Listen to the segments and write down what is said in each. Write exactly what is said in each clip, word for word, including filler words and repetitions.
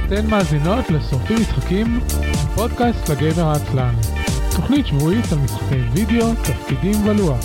אתן מאזינות לשורפים משחקים, פודקאסט לגבר העצלן. תוכנית שבועית על משחקי וידאו, תפקידים ולוח.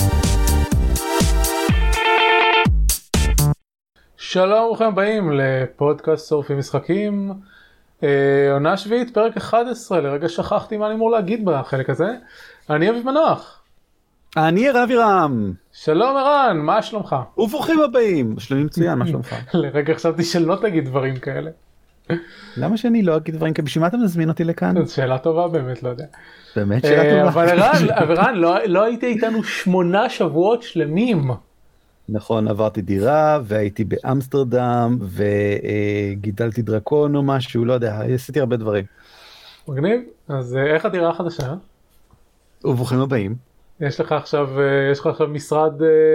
שלום וברוכים הבאים לפודקאסט שורפים משחקים. אה, עונה שביעית, פרק אחד עשרה, לרגע שכחתי מה אני אמור להגיד בחלק הזה. אני אביב מנוח. אני ערן אבירם. שלום ערן, מה שלומך? וברוכים הבאים. שלומי מצוין, מה שלומך? לרגע חשבתי שלא תגיד דברים כאלה. למה שאני לא אגיד דברים כאלה? בשביל מה אתה מזמין אותי לכאן? זו שאלה טובה באמת, לא יודע. באמת שאלה טובה. אבל ערן, ערן, לא היית איתנו שמונה שבועות שלמים. נכון, עברתי דירה והייתי באמסטרדם וגידלתי דרקון או משהו, לא יודע, עשיתי הרבה דברים. מגניב, אז איך הדירה החדשה? וברוכים הבאים. יש לך עכשיו, יש לך עכשיו משרד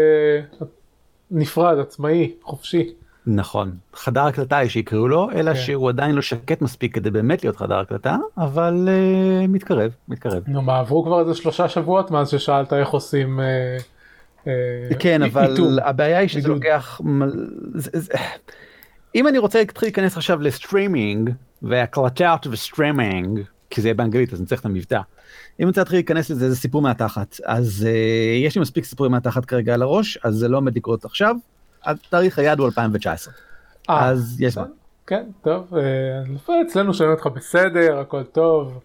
נפרד, עצמאי, חופשי. נכון, חדר הקלטה יש שיקראו לו, אלא כן. שהוא עדיין לא שקט מספיק כדי באמת להיות חדר הקלטה, אבל uh, מתקרב, מתקרב. נו, מה, עברו כבר איזה שלושה שבועות מאז ששאלת איך עושים... Uh, uh, כן, אבל איתור. הבעיה היא שזה לוקח... זה, זה... אם אני רוצה להתחיל להיכנס עכשיו לסטרימינג, והקלטה וסטרימינג, כי זה יהיה באנגלית, אז אני צריך את המבטא. אם אני רוצה להתחיל להיכנס לזה, זה סיפור מהתחת. אז uh, יש לי מספיק סיפורים מהתחת כרגע על הראש, אז זה לא עומד לקרות עכשיו. התאריך היעד הוא אלפיים תשע עשרה. אז יש מה. כן, טוב. אצלנו שומעים אותך בסדר, הכל טוב.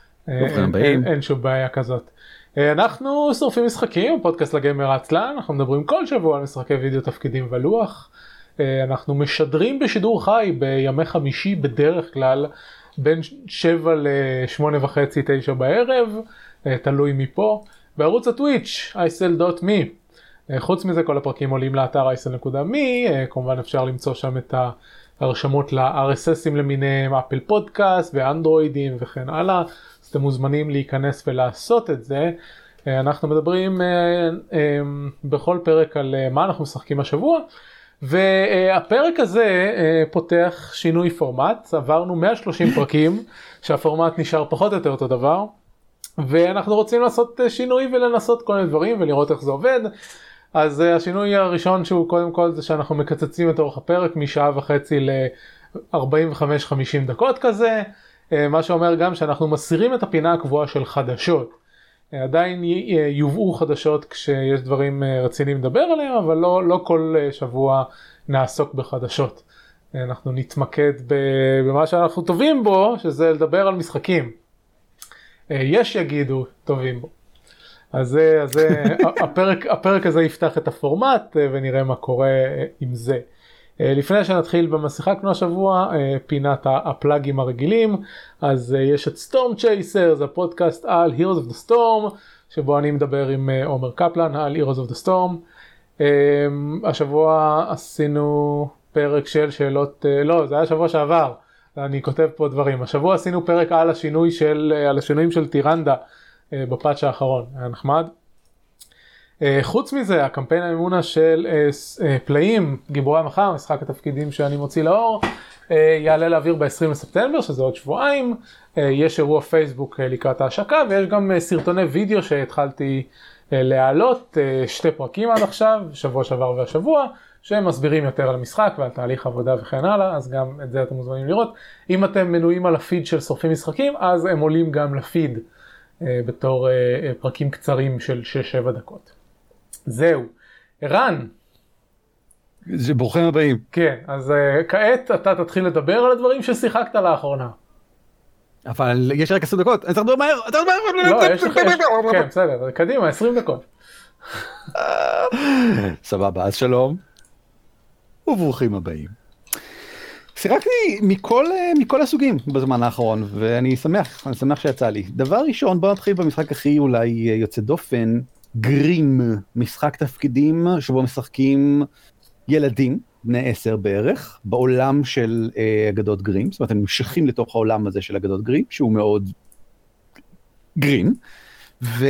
אין שום בעיה כזאת. אנחנו שורפים משחקים, פודקאסט לגמר העצלן. אנחנו מדברים כל שבוע על משחקי וידאו, תפקידים ולוח. אנחנו משדרים בשידור חי בימי חמישי בדרך כלל, בין שבע לשמונה וחצי, תשע בערב, תלוי מפה. בערוץ הטוויץ', איי אס אל דוט מי. חוץ מזה כל הפרקים עולים לאתר אייסל דוט מי, כמובן אפשר למצוא שם את ההרשמות ל-אר אס אסים למיניהם, אפל פודקאסט ואנדרואידים וכן הלאה, אז אתם מוזמנים להיכנס ולעשות את זה. אנחנו מדברים בכל פרק על מה אנחנו משחקים השבוע, והפרק הזה פותח שינוי פורמט, עברנו מאה ושלושים פרקים שהפורמט נשאר פחות או יותר אותו דבר, ואנחנו רוצים לעשות שינוי ולנסות כל מיני דברים ולראות איך זה עובד. אז השינוי הראשון שהוא קודם כל זה שאנחנו מקצצים את אורך הפרק משעה וחצי ל-ארבעים וחמש חמישים דקות כזה, מה שאומר גם שאנחנו מסירים את הפינה הקבועה של חדשות. עדיין יובאו חדשות כשיש דברים רציניים לדבר עליהם, אבל לא, לא כל שבוע נעסוק בחדשות. אנחנו נתמקד במה שאנחנו טובים בו, שזה לדבר על משחקים. יש יגידו טובים בו. אז, אז הפרק, הפרק הזה יפתח את הפורמט ונראה מה קורה עם זה. לפני שנתחיל במשיחקנו השבוע, פינת הפלאגים הרגילים, אז יש את Storm Chasers, הפודקאסט על Heroes of the Storm, שבו אני מדבר עם עומר קפלן על Heroes of the Storm. השבוע עשינו פרק של שאלות, לא, זה היה שבוע שעבר, אני כותב פה דברים. השבוע עשינו פרק על השינוי של, על השינויים של טירנדה, בפאץ' האחרון, היה נחמד. חוץ מזה, הקמפיין המימונה של פלאים, גיבורי המחר, משחק התפקידים שאני מוציא לאור, יעלה לאוויר ב-עשרים לספטמבר, שזה עוד שבועיים. יש אירוע פייסבוק לקראת ההשקה, ויש גם סרטוני וידאו שהתחלתי להעלות, שתי פרקים עד עכשיו, שבוע שעבר והשבוע, שהם מסבירים יותר על המשחק ועל תהליך עבודה וכן הלאה, אז גם את זה אתם מוזמנים לראות. אם אתם מנויים על הפיד של שורפים משחקים, אז הם עולים גם לפיד. בתור פרקים קצרים של שש שבע דקות. זהו. ערן. זה ברוכים הבאים. כן, אז כעת אתה תתחיל לדבר על הדברים ששיחקת לאחרונה. אבל יש רק עשר דקות, אני צריך לדבר מהר, אתה מדבר מהר. לא, יש לך, כן, בסדר, קדימה, עשרים דקות. סבבה, אז שלום. וברוכים הבאים. שיחקתי מכל, מכל הסוגים בזמן האחרון, ואני שמח, אני שמח שיצא לי. דבר ראשון, בוא נתחיל במשחק הכי אולי יוצא דופן, גרים, משחק תפקידים שבו משחקים ילדים, בני עשר בערך, בעולם של אה, אגדות גרים, זאת אומרת, הם נמשכים לתוך העולם הזה של אגדות גרים, שהוא מאוד גרים, ו...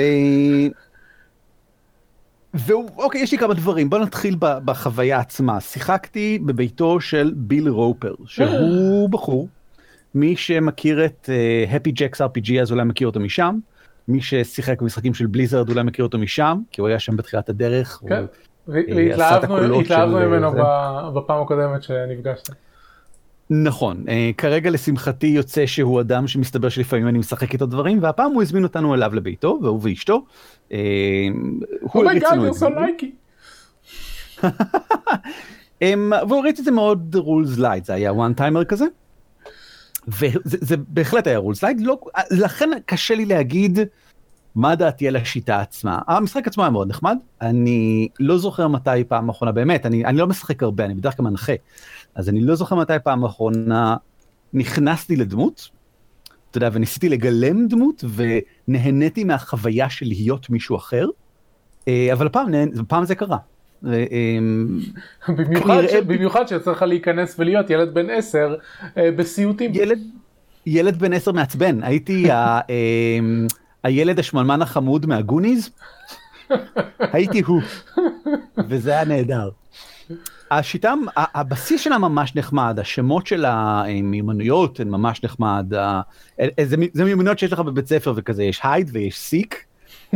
ואוקיי, יש לי כמה דברים, בוא נתחיל בחוויה עצמה. שיחקתי בביתו של ביל רופר, שהוא בחור, מי שמכיר את uh, Happy Jacks אר פי ג'י, אז אולי מכיר אותו משם, מי ששיחק במשחקים של בליזרד אולי מכיר אותו משם, כי הוא היה שם בתחילת הדרך. כן, והתלהבנו ממנו בפעם הקודמת שנפגשת. נכון, כרגע לשמחתי יוצא שהוא אדם שמסתבר שלפעמים אני משחק איתו דברים, והפעם הוא הזמין אותנו אליו לביתו, והוא ואשתו. הוא הריץ לנו את זה. והוא הריץ את זה מאוד rules light, זה היה one timer כזה. וזה בהחלט היה rules light, לכן קשה לי להגיד מה דעתי על השיטה עצמה. המשחק עצמו היה מאוד נחמד, אני לא זוכר מתי פעם האחרונה, באמת, אני, אני לא משחק הרבה, אני בדרך כלל מנחה, אז אני לא זוכר מתי פעם האחרונה נכנסתי לדמות, אתה יודע, וניסיתי לגלם דמות, ונהניתי מהחוויה של להיות מישהו אחר, אבל פעם, פעם זה קרה. במיוחד, במיוחד שצריך להיכנס ולהיות ילד בן עשר בסיוטים. ילד, ילד בן עשר מעצבן, הייתי ה... הילד השמלמן החמוד מהגוניז, הייתי הוא, וזה היה נהדר. השיטה, הבסיס שלה ממש נחמד, השמות של המיומנויות הן ממש נחמד, זה מיומנויות שיש לך בבית ספר וכזה, יש הייד ויש סיק,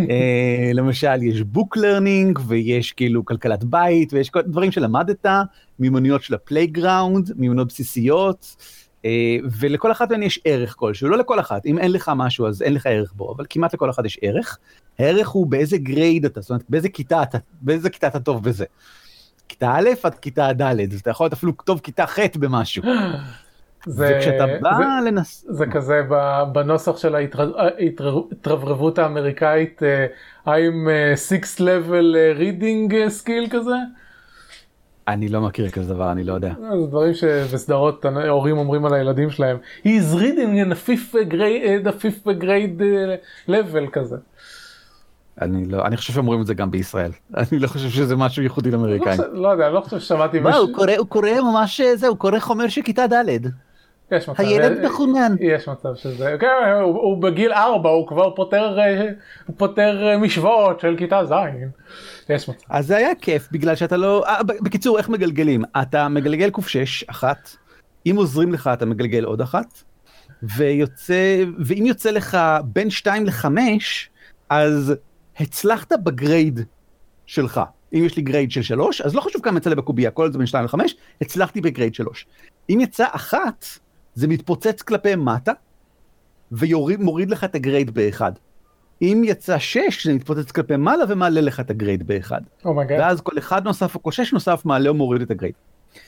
למשל יש בוק לרנינג ויש כאילו כלכלת בית, ויש דברים שלמדת, מיומנויות של הפלייגראונד, מיומנויות בסיסיות, ולכל אחת מהן יש ערך כלשהו, לא לכל אחת, אם אין לך משהו אז אין לך ערך בו, אבל כמעט לכל אחת יש ערך, הערך הוא באיזה גרייד אתה, זאת אומרת באיזה כיתה אתה, באיזה כיתה אתה טוב בזה, כיתה א' עד כיתה ד', אז אתה יכול להיות אפילו טוב כיתה ח' במשהו, וכשאתה בא לנס... זה כזה בנוסח של ההתרברבות האמריקאית, I'm sixth level reading skill כזה? אני לא מכיר כזה דבר, אני לא יודע. זה דברים שבסדרות הורים אומרים על הילדים שלהם. He's reading in a fifth grade, a fifth grade level כזה. אני לא, אני חושב שאומרים את זה גם בישראל. אני לא חושב שזה משהו ייחודי לאמריקאים. לא יודע, אני לא חושב ששמעתי משהו. הוא קורא ממש, זה, הוא קורא חומר של כיתה ד'. יש מצב. הילד מחונן. יש מצב שזה, כן, הוא בגיל ארבע, הוא כבר פותר, הוא פותר משוואות של כיתה ז'. יש מצב. אז זה היה כיף, בגלל שאתה לא, בקיצור, איך מגלגלים? אתה מגלגל קוף שש, אחת, אם עוזרים לך אתה מגלגל עוד אחת, ויוצא, ואם יוצא לך בין שתיים לחמש, אז הצלחת בגרייד שלך. אם יש לי גרייד של שלוש, אז לא חשוב כמה יצא לי בקוביה, כל זה בין שתיים לחמש, הצלחתי בגרייד שלוש. אם יצא אחת, זה מתפוצץ כלפי מטה, ומוריד לך את הגרייד באחד. אם יצא שש, זה מתפוצץ כלפי מעלה, ומעלה לך את הגרייד באחד. Oh my God. ואז כל אחד נוסף או כל שש נוסף, מעלה ומוריד את הגרייד.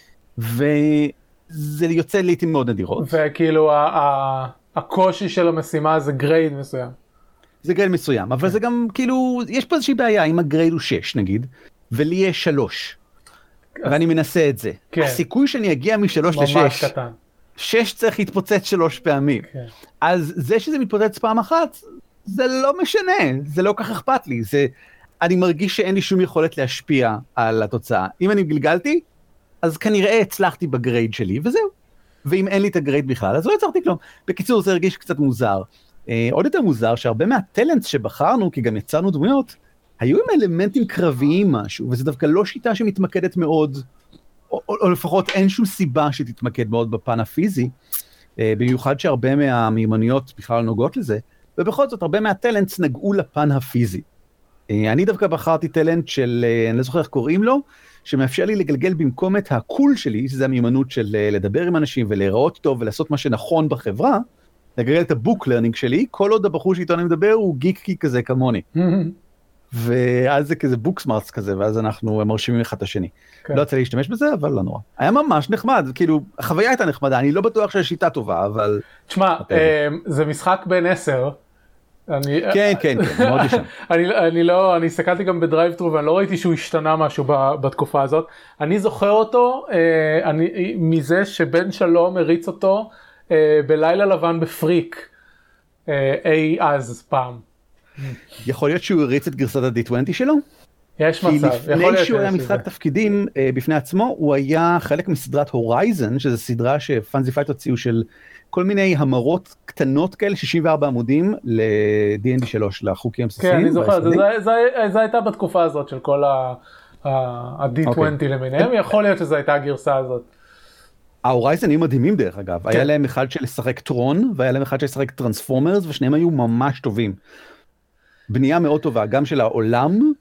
וזה יוצא לעתים מאוד נדירות. וכאילו, הקושי של המשימה זה גרייד מסוים. זה גרייד מסוים, אבל זה גם, כאילו, יש פה איזושהי בעיה, אם הגרייד הוא שש, נגיד, ולי יש שלוש. ואני מנסה את זה. כן. הסיכוי שאני אגיע משלוש לשש, ממש קטן. שש צריך להתפוצץ שלוש פעמים. כן. אז זה שזה מתפוצץ פעם אחת, זה לא משנה, זה לא כך אכפת לי. זה, אני מרגיש שאין לי שום יכולת להשפיע על התוצאה. אם אני גלגלתי, אז כנראה הצלחתי בגרייד שלי, וזהו. ואם אין לי את הגרייד בכלל, אז לא יצרתי כלום. בקיצור, זה הרגיש קצת מוזר. אה, עוד יותר מוזר, שהרבה מהטלנטס שבחרנו, כי גם יצרנו דמויות, היו עם אלמנטים קרביים משהו, וזה דווקא לא שיטה שמתמקדת מאוד, או, או, או לפחות אין שום סיבה שתתמקד מאוד בפן הפיזי, אה, במיוחד שהרבה מהמיומנויות בכלל נוגעות לזה, ובכל זאת הרבה מהטלנטס נגעו לפן הפיזי. אה, אני דווקא בחרתי טלנט של, אה, אני לא זוכר איך קוראים לו, שמאפשר לי לגלגל במקום את הקול שלי, שזה המיומנות של אה, לדבר עם אנשים ולהיראות טוב ולעשות מה שנכון בחברה, לגלגל את הבוק לרנינג שלי, כל עוד הבחור שאיתו אני מדבר הוא גיקי כזה כמוני. ואז זה כזה בוקסמארטס כזה, ואז אנחנו מרשימים אחד את השני. כן. לא יצא להשתמש בזה, אבל לא נורא. היה ממש נחמד, כאילו, החוויה הייתה נחמדה, אני לא בטוח שהשיטה טובה, אבל... תשמע, זה משחק בין עשר. אני... כן, כן, כן, מאוד ישן. אני, אני לא, אני הסתכלתי גם בדרייב טרו, ואני לא ראיתי שהוא השתנה משהו בתקופה הזאת. אני זוכר אותו, אני, מזה שבן שלום הריץ אותו, בלילה לבן בפריק, אי אז פעם. יכול להיות שהוא הריץ את גרסת ה-די עשרים שלו? יש מצב, יכול להיות. לפני שהוא היה משחק תפקידים בפני עצמו, הוא היה חלק מסדרת הורייזן, שזו סדרה שפאנזי פייט הוציאו של כל מיני המרות קטנות כאלה, שישים וארבעה ל-די אנד די שלוש, לחוקים הבסיסיים. כן, אני זוכר, זה הייתה בתקופה הזאת של כל ה-די עשרים למיניהם, יכול להיות שזו הייתה הגרסה הזאת. ההורייזן היו מדהימים דרך אגב, היה להם אחד של לשחק טרון, והיה להם אחד של לשחק טרנספורמרס, ושניהם היו ממש טובים. בנייה מאוד טובה, גם של העולם,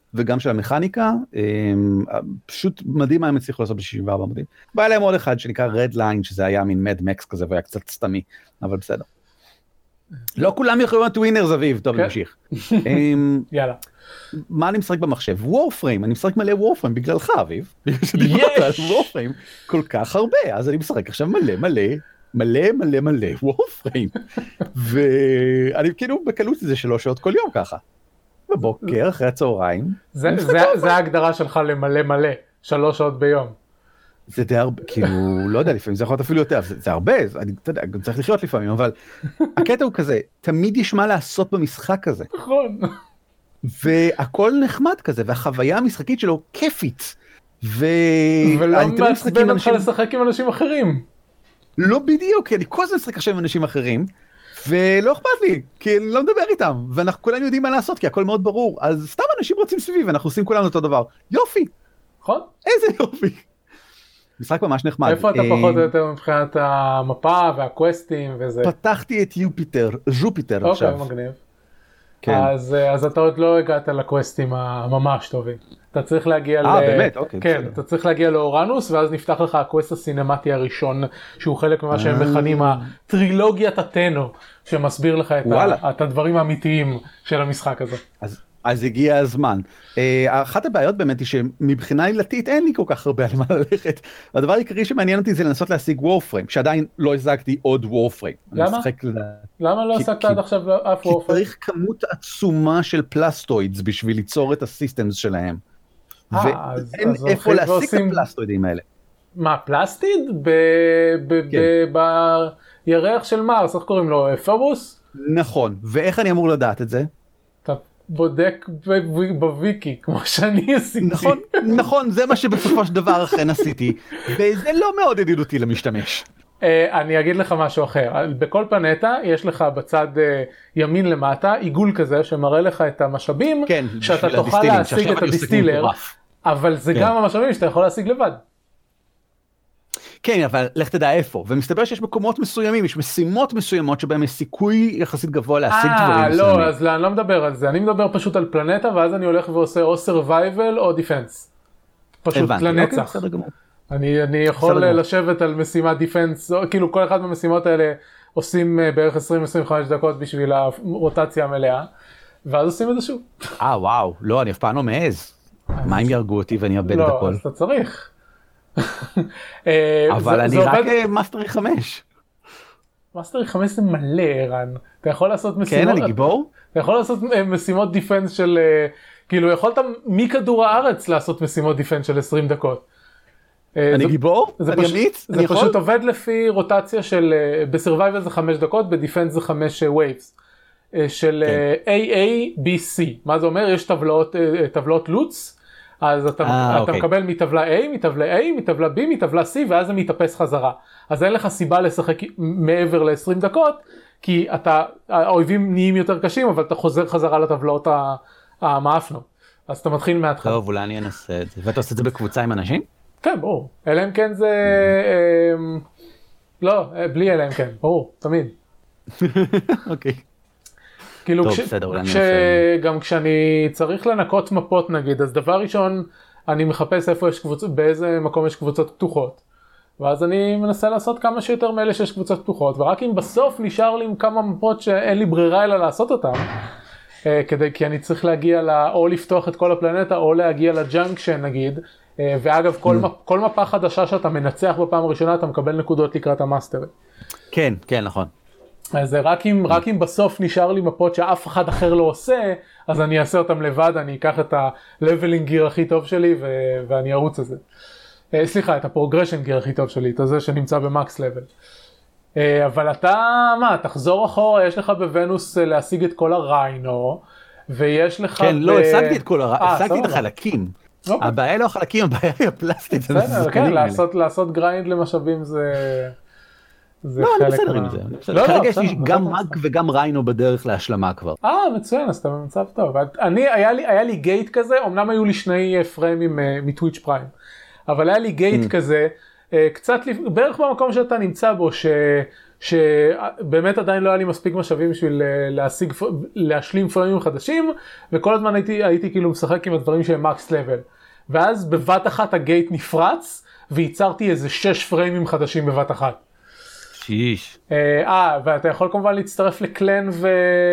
וגם של המכניקה, פשוט מדהים מה הם הצליחו לעשות ב-שישים וארבע עמודים. בא אליהם עוד אחד שנקרא Red Line, שזה היה מין Mad Max כזה, והיה קצת סתמי, אבל בסדר. לא כולם יכולים להיות ווינרס, אביב, טוב, נמשיך. יאללה. מה אני משחק במחשב? וורפריים, אני משחק מלא וורפריים בגללך, אביב. שדיברת על וורפריים כל כך הרבה, אז אני משחק עכשיו מלא מלא, מלא מלא מלא וורפריים. ואני כאילו בקלות זה שלוש שעות כל יום ככה. בבוקר, אחרי הצהריים. זה ההגדרה שלך למלא מלא, שלוש שעות ביום. זה די הרבה, כאילו, לא יודע, לפעמים זה יכול להיות אפילו יותר, זה, זה הרבה, אני יודע, גם צריך לחיות לפעמים, אבל הקטע הוא כזה, תמיד יש מה לעשות במשחק הזה. נכון. והכל נחמד כזה, והחוויה המשחקית שלו כיפית. ו... ולא מעצבן אותך לשחק עם אנשים אחרים. לא בדיוק, אני כל הזמן משחק עכשיו עם אנשים אחרים, ולא אכפת לי, כי אני לא מדבר איתם, ואנחנו כולנו יודעים מה לעשות, כי הכל מאוד ברור, אז סתם אנשים רוצים סביב, ואנחנו עושים כולנו אותו דבר. יופי. נכון? איזה יופי. משחק ממש נחמד. איפה אתה פחות או יותר מבחינת המפה והקווסטים וזה? פתחתי את יופיטר, ז'ופיטר עכשיו. אוקיי, מגניב. אז, אז אתה עוד לא הגעת לקווסטים הממש טובים. אתה צריך להגיע אה, ל... באמת? אוקיי. כן, אתה צריך להגיע לאורנוס, ואז נפתח לך הקווסט הסינמטי הראשון, שהוא חלק ממה שהם מכנים הטרילוגיית הטנו, שמסביר לך את, ה... את הדברים האמיתיים של המשחק הזה. אז... אז הגיע הזמן. Uh, אחת הבעיות באמת היא שמבחינה עילתית אין לי כל כך הרבה על מה ללכת. הדבר העיקרי שמעניין אותי זה לנסות להשיג וורפריים, שעדיין לא השגתי עוד וורפריים. למה? למה לא השגת עד עכשיו אף וורפריים? כי צריך כמות עצומה של פלסטוידס בשביל ליצור את הסיסטמס שלהם. ואין איפה להשיג את הפלסטוידים האלה. מה, פלסטיד? בירח של מרס, איך קוראים לו? פובוס? נכון, ואיך אני אמור לדעת את זה? בודק בוויקי, כמו שאני עשיתי. נכון, נכון, זה מה שבסופו של דבר אכן עשיתי, וזה לא מאוד ידידותי למשתמש. אני אגיד לך משהו אחר, בכל פלנטה יש לך בצד ימין למטה עיגול כזה שמראה לך את המשאבים, שאתה תוכל להשיג את הדיסטילר, אבל זה גם המשאבים שאתה יכול להשיג לבד. כן, אבל לך תדע איפה, ומסתבר שיש מקומות מסוימים, יש משימות מסוימות שבהם יש סיכוי יחסית גבוה להשיג דברים מסוימים. אה, לא, אז אני לא מדבר על זה, אני מדבר פשוט על פלנטה, ואז אני הולך ועושה או survival או defense. פשוט לנצח. אני יכול לשבת על משימת defense, כאילו כל אחד מהמשימות האלה עושים בערך עשרים עד עשרים וחמש דקות בשביל הרוטציה המלאה, ואז עושים את זה שוב. אה, וואו, לא, אני אף פעם לא מעז. מה אם ירגו אותי ואני אאבד את הכל? לא, אז אתה צריך. אבל אני רק מאסטרי חמש. מאסטרי חמש זה מלא, ערן. אתה יכול לעשות משימות... כן, אני גיבור? אתה יכול לעשות משימות דיפנס של... כאילו, יכולת מכדור הארץ לעשות משימות דיפנס של עשרים דקות. אני גיבור? אני אמיץ? זה פשוט עובד לפי רוטציה של... בסרווייבל זה חמש דקות, בדיפנס זה חמש ווייבס. של A A B C. מה זה אומר? יש טבלאות לוץ. אז אתה, 아, אתה מקבל מטבלה A, מטבלה A, מטבלה B, מטבלה C, ואז זה מתאפס חזרה. אז אין לך סיבה לשחק מעבר ל-עשרים דקות, כי אתה, האויבים נהיים יותר קשים, אבל אתה חוזר חזרה לטבלאות המאפנות. אז אתה מתחיל מההתחלה. טוב, אולי אני אנסה את זה. ואתה עושה את זה בקבוצה עם אנשים? כן, ברור. אלא אם כן זה... לא, בלי אלא אם כן, ברור, תמיד. אוקיי. כאילו, כש... כש... גם כשאני צריך לנקות מפות נגיד, אז דבר ראשון, אני מחפש איפה יש קבוצות, באיזה מקום יש קבוצות פתוחות. ואז אני מנסה לעשות כמה שיותר מאלה שיש קבוצות פתוחות, ורק אם בסוף נשאר לי עם כמה מפות שאין לי ברירה אלא לעשות אותם, כדי, כי אני צריך להגיע לה, או לפתוח את כל הפלנטה, או להגיע לג'אנקשן נגיד, ואגב, כל, מפ, כל מפה חדשה שאתה מנצח בפעם הראשונה, אתה מקבל נקודות לקראת המאסטרי. כן, כן, נכון. אז רק אם, רק אם בסוף נשאר לי מפות שאף אחד אחר לא עושה, אז אני אעשה אותם לבד, אני אקח את ה-leveling gear הכי טוב שלי, ו- ואני ארוץ את זה. סליחה, את ה-progression gear הכי טוב שלי, את זה שנמצא במקס לבל. אבל אתה, מה, תחזור אחורה, יש לך בוונוס להשיג את כל הריינו, ויש לך... כן, לא, השגתי את כל הריינו, השגתי את החלקים. הבעיה לא החלקים, הבעיה היא הפלסטית. בסדר, כן, לעשות גריינד למשאבים זה... לא, אני בסדר עם זה. כרגע יש לי גם מאג וגם ריינו בדרך להשלמה כבר. אה, מצוין, אז אתה במצב טוב. אני, היה לי גייט כזה, אמנם היו לי שני פריימים מטוויץ' פריים, אבל היה לי גייט כזה, קצת, בערך במקום שאתה נמצא בו, שבאמת עדיין לא היה לי מספיק משאבים בשביל להשיג, להשלים פריימים חדשים, וכל הזמן הייתי, הייתי כאילו משחק עם הדברים שהם מקס לבל. ואז בבת אחת הגייט נפרץ, וייצרתי איזה שש פריימים חדשים בבת אחת. שיש. אה, ואתה יכול כמובן להצטרף לקלן ו...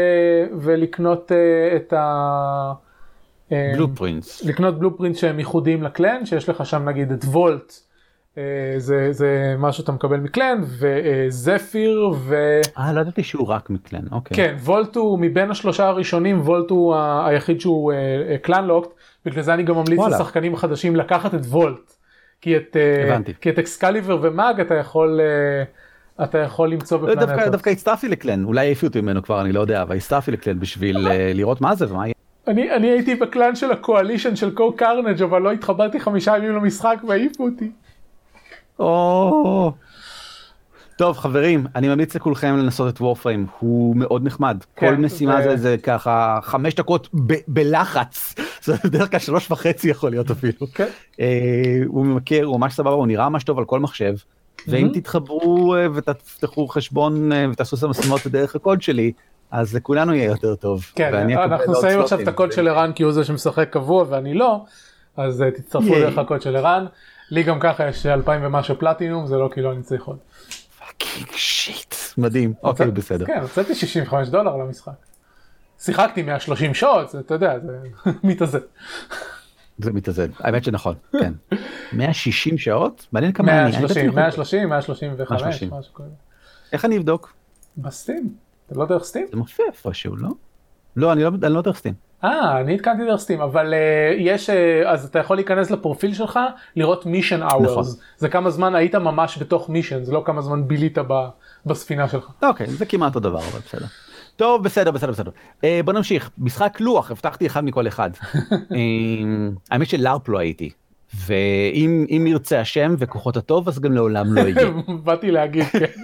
ולקנות uh, את ה... בלופרינטס. לקנות בלופרינטס שהם ייחודיים לקלן, שיש לך שם נגיד את וולט, uh, זה, זה משהו שאתה מקבל מקלן, וזפיר ו... אה, לא ידעתי שהוא רק מקלן, אוקיי. כן, וולט הוא מבין השלושה הראשונים, וולט הוא ה... היחיד שהוא uh, קלן לוקט, בגלל זה אני גם ממליץ וואלה. לשחקנים החדשים לקחת את וולט, כי את, uh, כי את אקסקליבר ומאג אתה יכול... Uh, אתה יכול למצוא בפלנטות. דווקא, דווקא הצטרפתי לקלן, אולי העיפו אותי ממנו כבר, אני לא יודע, אבל הצטרפתי לקלן בשביל לראות מה זה ומה יהיה. אני, אני הייתי בקלן של הקואלישן של קו קרנג' אבל לא התחברתי חמישה ימים למשחק והעיפו אותי. או... טוב חברים, אני ממליץ לכולכם לנסות את וורפריים, הוא מאוד נחמד. כל משימה זה זה ככה חמש דקות בלחץ, זה בדרך כלל שלוש וחצי יכול להיות אפילו. הוא ממכר, הוא ממש סבבה, הוא נראה ממש טוב על כל מחשב. ואם תתחברו ותפתחו חשבון ותעשו את המשימות בדרך הקוד שלי, אז לכולנו יהיה יותר טוב. כן, אנחנו שמים עכשיו את הקוד של ערן כי הוא זה שמשחק קבוע ואני לא, אז תצטרפו דרך הקוד של ערן. לי גם ככה יש אלפיים ומשהו פלטינום, זה לא כאילו אני צריך עוד. פאקינג שיט. מדהים, אוקיי בסדר. כן, הוצאתי שישים וחמישה דולר למשחק. שיחקתי מאה ושלושים שעות, אתה יודע, זה מתאזן. זה מתאזן, האמת שנכון, כן. מאה ושישים שעות? מעניין כמה אני. מאה ושלושים, מאה ושלושים, מאה שלושים וחמש, משהו כזה. איך אני אבדוק? בסטים. אתה לא דרך סטים? זה מופיע איפשהו, לא? לא, אני לא דרך סטים. אה, אני התקנתי דרך סטים, אבל יש, אז אתה יכול להיכנס לפרופיל שלך, לראות מישן אאוורס. זה כמה זמן היית ממש בתוך מישן, זה לא כמה זמן בילית בספינה שלך. אוקיי, זה כמעט אותו דבר, אבל בסדר. טוב, בסדר, בסדר, בסדר. אה, בוא נמשיך. משחק לוח, הבטחתי אחד מכל אחד. אה, האמת של לארפ לא הייתי. ואם ירצה השם וכוחות הטוב, אז גם לעולם לא יהיה. באתי להגיד, כן.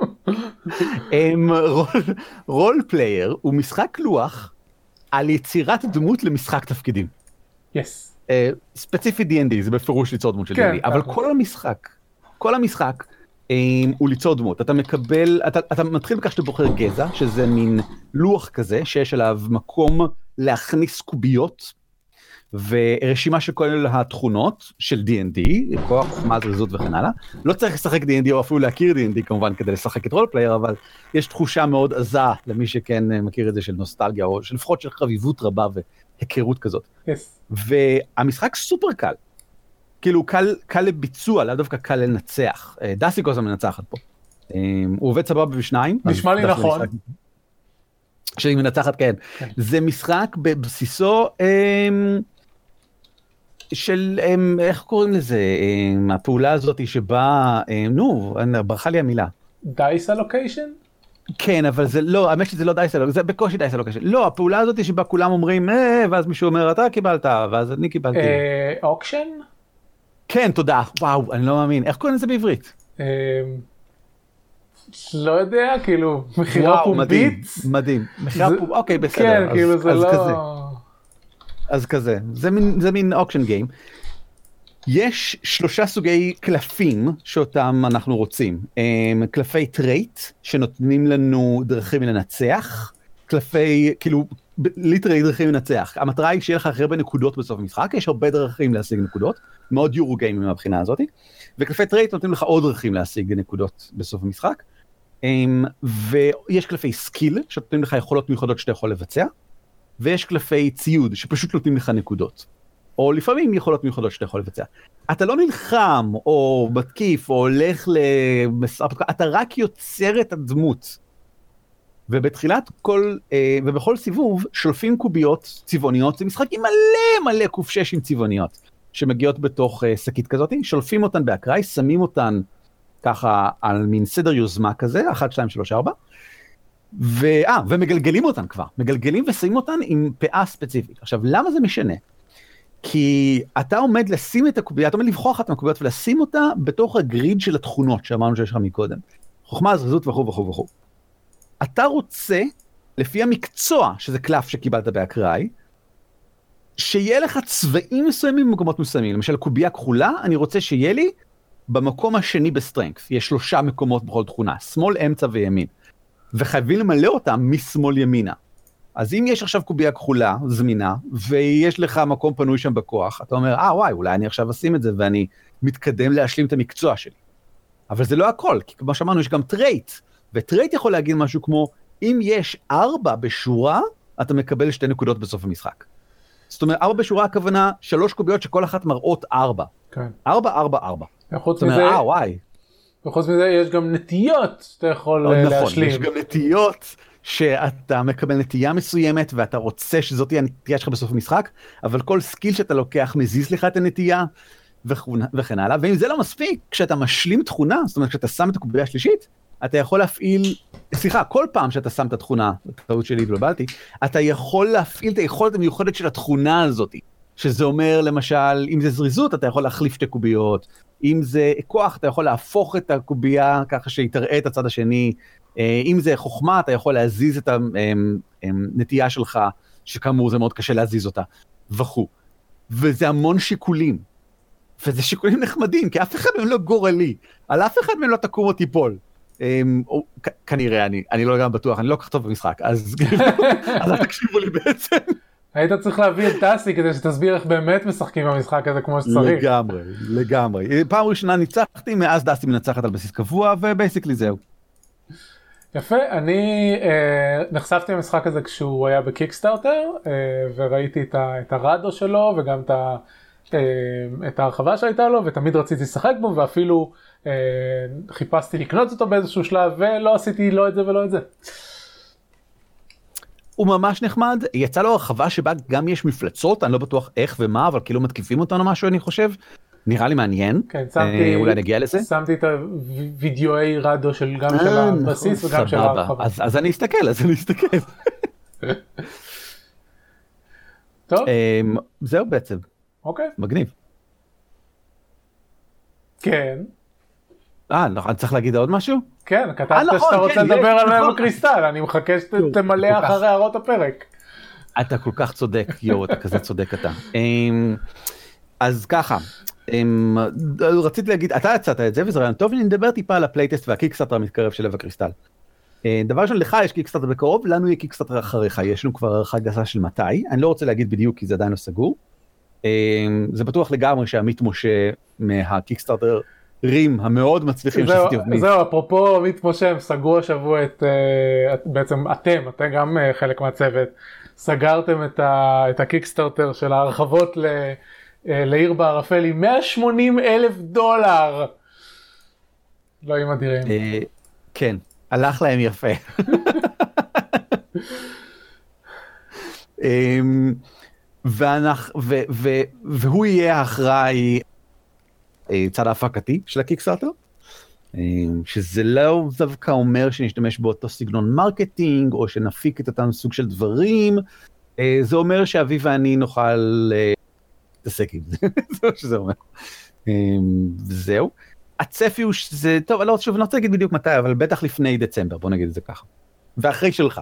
רול פלייר הוא משחק לוח על יצירת דמות למשחק תפקידים. יס. ספציפית די אנד די, זה בפירוש ליצור דמות של די אנד די. אבל כל המשחק, כל המשחק, הוא ליצור דמות. אתה מקבל, אתה, אתה מתחיל בכך שאתה בוחר גזע, שזה מין לוח כזה, שיש עליו מקום להכניס קוביות, ורשימה של כל התכונות של די אנד די, כוח, חוכמה, זריזות וכן הלאה. לא צריך לשחק די אנד די או אפילו להכיר די אנד די כמובן כדי לשחק את רול פלייר, אבל יש תחושה מאוד עזה למי שכן מכיר את זה של נוסטלגיה, או של לפחות של חביבות רבה והיכרות כזאת. Yes. והמשחק סופר קל. כאילו קל, קל לביצוע, לא דווקא קל לנצח. דסי כל הזמן מנצחת פה. הוא עובד סבבה בשניים. נשמע לי נכון. שהיא מנצחת, כן. כן. זה משחק בבסיסו של, איך קוראים לזה? הפעולה הזאת שבה, נו, ברכה לי המילה. דייס אלוקיישן? כן, אבל זה לא, האמת שזה לא דייס אלוקיישן, זה בקושי דייס אלוקיישן. לא, הפעולה הזאת שבה כולם אומרים, אה, ואז מישהו אומר, אתה קיבלת, ואז אני קיבלתי. אוקשן? כן, תודה. וואו, אני לא מאמין. איך קוראים לזה בעברית? לא יודע, כאילו, מחירה פומבית. מדהים, מחירה פומבית, אוקיי, בסדר. כן, כאילו זה לא... אז כזה, זה מין אוקשן גיים. יש שלושה סוגי קלפים שאותם אנחנו רוצים. קלפי טרייט, שנותנים לנו דרכים לנצח. קלפי, כאילו, ליטרי דרכים לנצח. המטרה היא שיהיה לך הרבה נקודות בסוף המשחק, יש הרבה דרכים להשיג נקודות. מאוד יורו גיימים מהבחינה הזאת. וקלפי טרייט נותנים לך עוד דרכים להשיג נקודות בסוף המשחק. ויש קלפי סקיל, שנותנים לך יכולות מיוחדות שאתה יכול לבצע. ויש קלפי ציוד, שפשוט נותנים לך נקודות. או לפעמים יכולות מיוחדות שאתה יכול לבצע. אתה לא נלחם, או מתקיף, או הולך למסע, אתה רק יוצר את הדמות. ובתחילת כל, ובכל סיבוב, שלופים קוביות צבעוניות, זה משחק עם מלא מלא קוף שש עם צבעוניות, שמגיעות בתוך שקית כזאת, שולפים אותן באקראי, שמים אותן ככה על מין סדר יוזמה כזה, אחת, שתיים, שלוש, ארבע, ואה, ומגלגלים אותן כבר, מגלגלים ושמים אותן עם פאה ספציפית. עכשיו, למה זה משנה? כי אתה עומד לשים את הקוביה, אתה עומד לבחור אחת מהקוביות ולשים אותה בתוך הגריד של התכונות שאמרנו שיש לך מקודם. חוכמה, זריזות וכו' וכו' וכו'. אתה רוצה, לפי המקצוע, שזה קלף שקיבלת באקראי, שיהיה לך צבעים מסוימים במקומות מסוימים. למשל, קוביה כחולה, אני רוצה שיהיה לי במקום השני בסטרנגס, יש שלושה מקומות בכל תכונה, שמאל, אמצע וימין, וחייבים למלא אותם משמאל ימינה. אז אם יש עכשיו קובייה כחולה, זמינה, ויש לך מקום פנוי שם בכוח, אתה אומר, אה וואי, אולי אני עכשיו אשים את זה, ואני מתקדם להשלים את המקצוע שלי. אבל זה לא הכל, כי כמו שאמרנו, יש גם טרייט, וטרייט יכול להגיד משהו כמו, אם יש ארבע בשורה, אתה מקבל שתי נקודות בסוף המשחק. זאת אומרת, ארבע בשורה הכוונה, שלוש קוביות שכל אחת מראות ארבע. כן. ארבע, ארבע, ארבע. וחוץ זאת אומרת, אה וואי. וחוץ מזה יש גם נטיות שאתה יכול להשלים. נכון, יש גם נטיות שאתה מקבל נטייה מסוימת, ואתה רוצה שזאת תהיה הנטייה שלך בסוף המשחק, אבל כל סקיל שאתה לוקח מזיז לך את הנטייה, וכן הלאה. ואם זה לא מספיק, כשאתה משלים תכונה, זאת אומרת, כשאתה שם את הקובייה השלישית, אתה יכול להפעיל, סליחה, כל פעם שאתה שם את התכונה, טעות שלי גלובלתי, אתה יכול להפעיל את היכולת המיוחדת של התכונה הזאת, שזה אומר, למשל, אם זה זריזות, אתה יכול להחליף שתי קוביות, אם זה כוח, אתה יכול להפוך את הקובייה ככה שהיא תראה את הצד השני, אם זה חוכמה, אתה יכול להזיז את הנטייה שלך, שכאמור זה מאוד קשה להזיז אותה, וכו'. וזה המון שיקולים, וזה שיקולים נחמדים, כי אף אחד מהם לא גורלי, על אף אחד מהם לא תקום או תיפול. כנראה, אני לא גם בטוח, אני לא כך טוב במשחק, אז אל תקשיבו לי בעצם. היית צריך להביא את טסי כדי שתסביר איך באמת משחקים במשחק הזה כמו שצריך. לגמרי, לגמרי. פעם ראשונה ניצחתי, מאז דסי מנצחת על בסיס קבוע, ובייסיקלי זהו. יפה, אני אה, נחשפתי למשחק הזה כשהוא היה בקיקסטארטר, אה, וראיתי את, ה, את הרדו שלו, וגם את, ה, אה, את ההרחבה שהייתה לו, ותמיד רציתי לשחק בו, ואפילו אה, חיפשתי לקנות אותו באיזשהו שלב, ולא עשיתי לא את זה ולא את זה. הוא ממש נחמד, יצא לו הרחבה שבה גם יש מפלצות, אני לא בטוח איך ומה, אבל כאילו מתקיפים אותנו משהו, אני חושב. נראה לי מעניין, כן, שמתי, אולי נגיע לזה. שמתי את הווידאוי רדו של גם של הבסיס וגם של ההרחבה. אז, אז אני אסתכל, אז אני אסתכל. טוב. זהו בעצם. אוקיי. מגניב. כן. אה, אני צריך להגיד עוד משהו? כן, כתבת שאתה רוצה לדבר על קריסטל, אני מחכה שתמלא אחרי הערות הפרק. אתה כל כך צודק, יו, אתה כזה צודק אתה. אז ככה, רציתי להגיד, אתה יצאת את זה, וזה רעיון טוב, אני נדבר טיפה על הפלייטסט והקיקסטארטר המתקרב של לב הקריסטל. דבר ראשון, לך יש קיקסטארטר בקרוב, לנו יהיה קיקסטארטר אחריך, יש לנו כבר הערכה גסה של מתי, אני לא רוצה להגיד בדיוק כי זה עדיין לא סגור. זה בטוח לגמרי שעמית משה מהקיקסטארטר רים המאוד מצליחים שעשיתי עובדים. זהו, אפרופו עמית משה, הם סגרו השבוע את, בעצם אתם, אתם גם חלק מהצוות, סגרתם את הקיקסטארטר של ההרחבות ל... לעיר בערפל עם מאה ושמונים אלף דולר. לא עם אדירים. כן, הלך להם יפה. והוא יהיה האחראי צד ההפקתי של הקיקסטארטר, שזה לא דווקא אומר שנשתמש באותו סגנון מרקטינג, או שנפיק את אותם סוג של דברים, זה אומר שאבי ואני נוכל... תעסק עם זה, זה מה שזה אומר. וזהו. הצפי הוא שזה, טוב, לא, שוב, אני רוצה להגיד בדיוק מתי, אבל בטח לפני דצמבר, בוא נגיד את זה ככה. ואחרי שלך.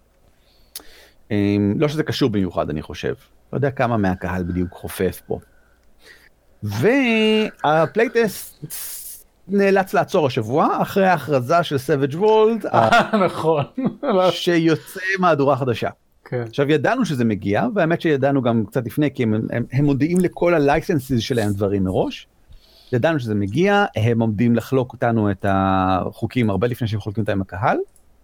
לא שזה קשור במיוחד, אני חושב. לא יודע כמה מהקהל בדיוק חופף פה. והפלייטסט נאלץ לעצור השבוע, אחרי ההכרזה של Savage World, נכון. שיוצא מהדורה חדשה. כן. עכשיו ידענו שזה מגיע, והאמת שידענו גם קצת לפני, כי הם, הם, הם מודיעים לכל הלייסנסיז שלהם דברים מראש, ידענו שזה מגיע, הם עומדים לחלוק אותנו את החוקים הרבה לפני שהם חולקים אותם עם הקהל,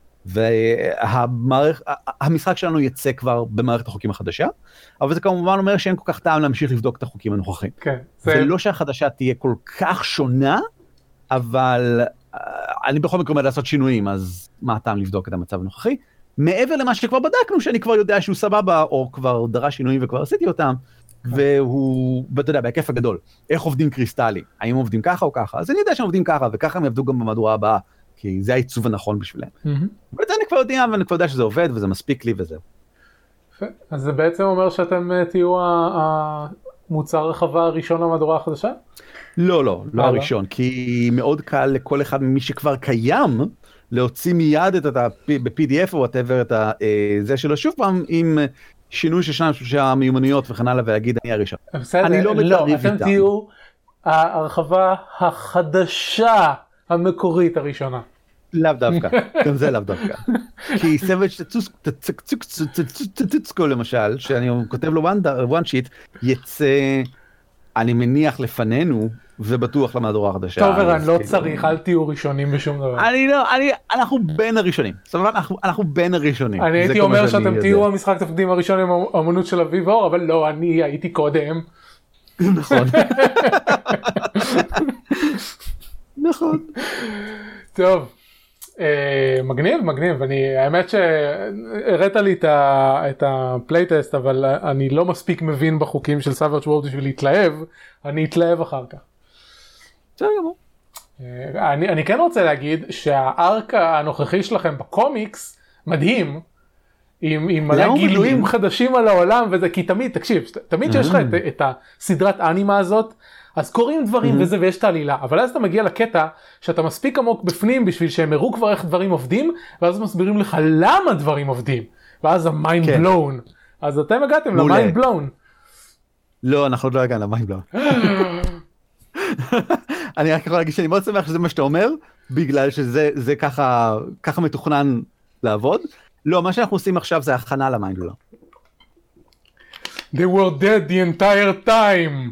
והמשחק שלנו יצא כבר במערכת החוקים החדשה, אבל זה כמובן אומר שאין כל כך טעם להמשיך לבדוק את החוקים הנוכחים. כן. ולא שהחדשה תהיה כל כך שונה, אבל אני בכל מקרה לעשות שינויים, אז מה הטעם לבדוק את המצב הנוכחי? מעבר למה שכבר בדקנו, שאני כבר יודע שהוא סבבה, או כבר דרש שינויים וכבר עשיתי אותם, והוא, ואתה יודע, בהיקף הגדול, איך עובדים קריסטלי, האם עובדים ככה או ככה, אז אני יודע שהם עובדים ככה, וככה הם יעבדו גם במהדורה הבאה, כי זה העיצוב הנכון בשבילם. ואת זה אני כבר יודע, ואני כבר יודע שזה עובד, וזה מספיק לי וזהו. אז זה בעצם אומר שאתם תהיו המוצר הרחבה הראשון למהדורה החדשה? לא, לא, לא הראשון, כי מאוד קל לכל אחד ממי שכבר קיים, להוציא מיד את ה-פי די אף או whatever את זה שלו, שוב פעם עם שינוי של שניים שלושה מיומנויות וכן הלאה, ולהגיד אני הראשון. בסדר, לא, אתם תהיו ההרחבה החדשה המקורית הראשונה. לאו דווקא, גם זה לאו דווקא. כי סבג' טצוקו למשל, שאני כותב לו one sheet, יצא, אני מניח לפנינו, ובטוח למהדורה החדשה. טוב, ערן, לא צריך, אל תהיו ראשונים בשום דבר. אני לא, אני, אנחנו בין הראשונים. זאת אומרת, אנחנו, אנחנו בין הראשונים. אני הייתי אומר שאתם תהיו המשחק תפקידים הראשון עם האמנות של אביב אור, אבל לא, אני הייתי קודם. נכון. נכון. טוב. מגניב, מגניב. אני, האמת שהראית לי את הפלייטסט, אבל אני לא מספיק מבין בחוקים של Savage Worlds בשביל להתלהב, אני אתלהב אחר כך. אני, אני כן רוצה להגיד שהארק הנוכחי שלכם בקומיקס מדהים, עם, עם מלא גילויים חדשים על העולם, וזה כי תמיד, תקשיב, תמיד שיש לך את, את הסדרת אנימה הזאת, אז קוראים דברים וזה ויש את העלילה, אבל אז אתה מגיע לקטע שאתה מספיק עמוק בפנים בשביל שהם הראו כבר איך דברים עובדים, ואז מסבירים לך למה דברים עובדים, ואז המיינד בלון. אז אתם הגעתם למיינד בלון. לא, אנחנו עוד לא הגענו למיינד בלון. אני רק יכול להגיד שאני מאוד שמח שזה מה שאתה אומר, בגלל שזה ככה, ככה מתוכנן לעבוד. לא, מה שאנחנו עושים עכשיו זה הכנה למיינד בלון. They were dead the entire time.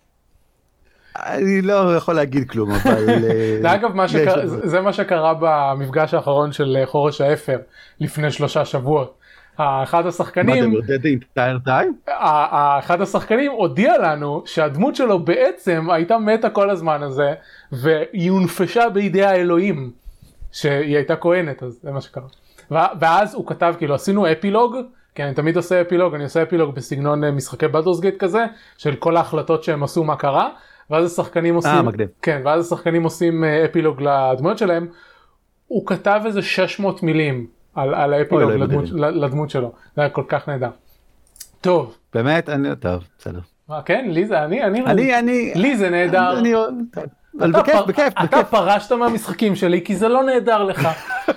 אני לא יכול להגיד כלום, אבל... זה אגב, זה מה שקרה במפגש האחרון של חורש האפר, לפני שלושה שבועות. אחד השחקנים... מה, זה dead the entire time? אחד השחקנים הודיע לנו שהדמות שלו בעצם הייתה מתה כל הזמן הזה, והיא הונפשה בידי האלוהים, שהיא הייתה כהנת, אז זה מה שקרה. ואז הוא כתב, כאילו, עשינו אפילוג, כי אני תמיד עושה אפילוג, אני עושה אפילוג בסגנון משחקי בלדורס גייט כזה, של כל ההחלטות שהם עשו מה קרה, ואז השחקנים עושים, מגניב. כן, ואז השחקנים עושים אפילוג לדמות שלהם, הוא כתב איזה שש מאות מילים על, על האפילוג לדמות, לדמות שלו, זה היה כל כך נהדר. טוב. באמת, אני, טוב, בסדר. מה, כן, לי זה, אני, אני, אני, אני, לי זה נהדר. אני, אני, בכיף, בכיף, אתה בכיף. פרשת מהמשחקים שלי, כי זה לא נהדר לך.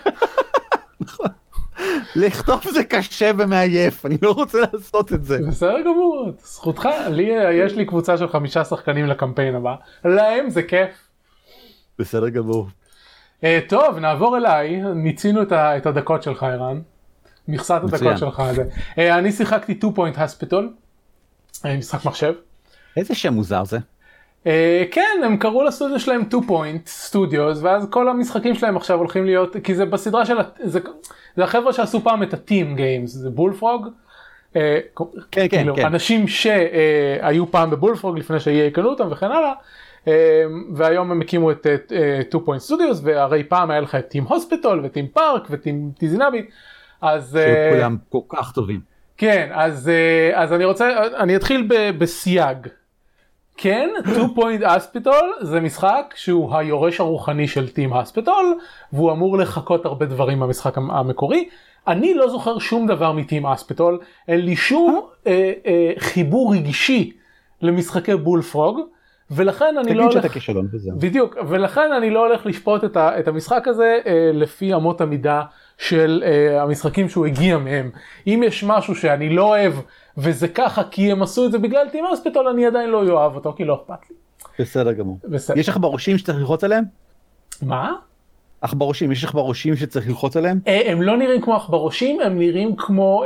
נכון. לכתוב זה קשה ומעייף, אני לא רוצה לעשות את זה. בסדר גמור, זכותך, לי, יש לי קבוצה של חמישה שחקנים לקמפיין הבא, להם זה כיף. בסדר גמור. Uh, טוב, נעבור אליי, מיצינו את, ה, את הדקות שלך, ערן, מכסת הדקות שלך הזה. Uh, אני שיחקתי two point hospital, uh, משחק מחשב. איזה שם מוזר זה? Uh, כן, הם קראו לסטודיו שלהם two point studios, ואז כל המשחקים שלהם עכשיו הולכים להיות, כי זה בסדרה של, זה, זה החבר'ה שעשו פעם את ה-Team Games, זה בולפרוג. Uh, כן, כאילו, כן, כן. אנשים שהיו uh, פעם בבולפרוג לפני שיהיה יקנו אותם וכן הלאה, uh, והיום הם הקימו את uh, two point studios, והרי פעם היה לך את Team Hospital ו-Team Park ו-Team Tizinabi, אז... שכולם uh, כל כך טובים. כן, אז, uh, אז אני רוצה, אני אתחיל ב- בסייג. כן, two point hospital זה משחק שהוא היורש הרוחני של Team Hospital, והוא אמור לחכות הרבה דברים במשחק המקורי. אני לא זוכר שום דבר מ-Team Hospital, אין לי שום אה, אה, חיבור רגשי למשחקי בולפרוג, ולכן אני לא הולך... כישלון בזה. בדיוק, ולכן אני לא הולך לשפוט את, ה, את המשחק הזה אה, לפי אמות המידה של אה, המשחקים שהוא הגיע מהם. אם יש משהו שאני לא אוהב, וזה ככה כי הם עשו את זה בגלל Team Hospital, אני עדיין לא אוהב אותו, כי לא אכפת לי. בסדר גמור. בסדר. יש לך בראשים שצריך ללחוץ עליהם? מה? עכברושים, יש לך בראשים שצריך ללחוץ עליהם? הם לא נראים כמו עכברושים, הם נראים כמו,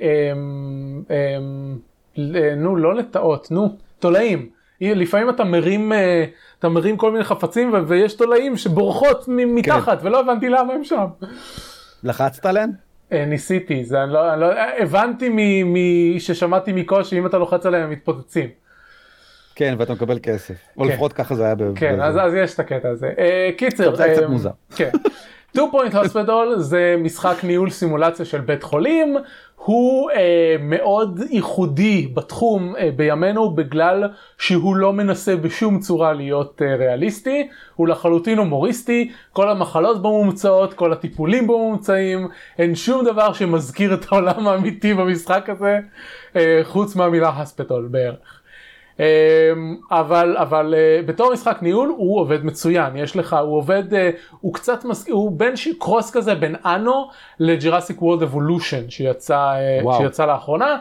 נו, לא לטעות, נו, תולעים. לפעמים אתה מרים, אתה מרים כל מיני חפצים, ויש תולעים שבורחות מתחת, ולא הבנתי למה הם שם. לחצת עליהם? ניסיתי, הבנתי ששמעתי מקושי, אם אתה לוחץ עליהם הם מתפוצצים. כן, ואתה מקבל כסף. או לפחות ככה זה היה. כן, אז יש את הקטע הזה. קיצר. זה קצת מוזר. כן. two point hospital זה משחק ניהול סימולציה של בית חולים. הוא מאוד ייחודי בתחום בימינו, בגלל שהוא לא מנסה בשום צורה להיות ריאליסטי. הוא לחלוטין הומוריסטי. כל המחלות בו מומצאות, כל הטיפולים בו מומצאים. אין שום דבר שמזכיר את העולם האמיתי במשחק הזה, חוץ מהמילה hospital בערך. אבל, אבל בתור משחק ניהול הוא עובד מצוין. יש לך, הוא עובד, הוא קצת מזכיר, הוא בין קרוס כזה בין אנו לג'ראסיק וורלד אבולושן שיצא, שיצא לאחרונה.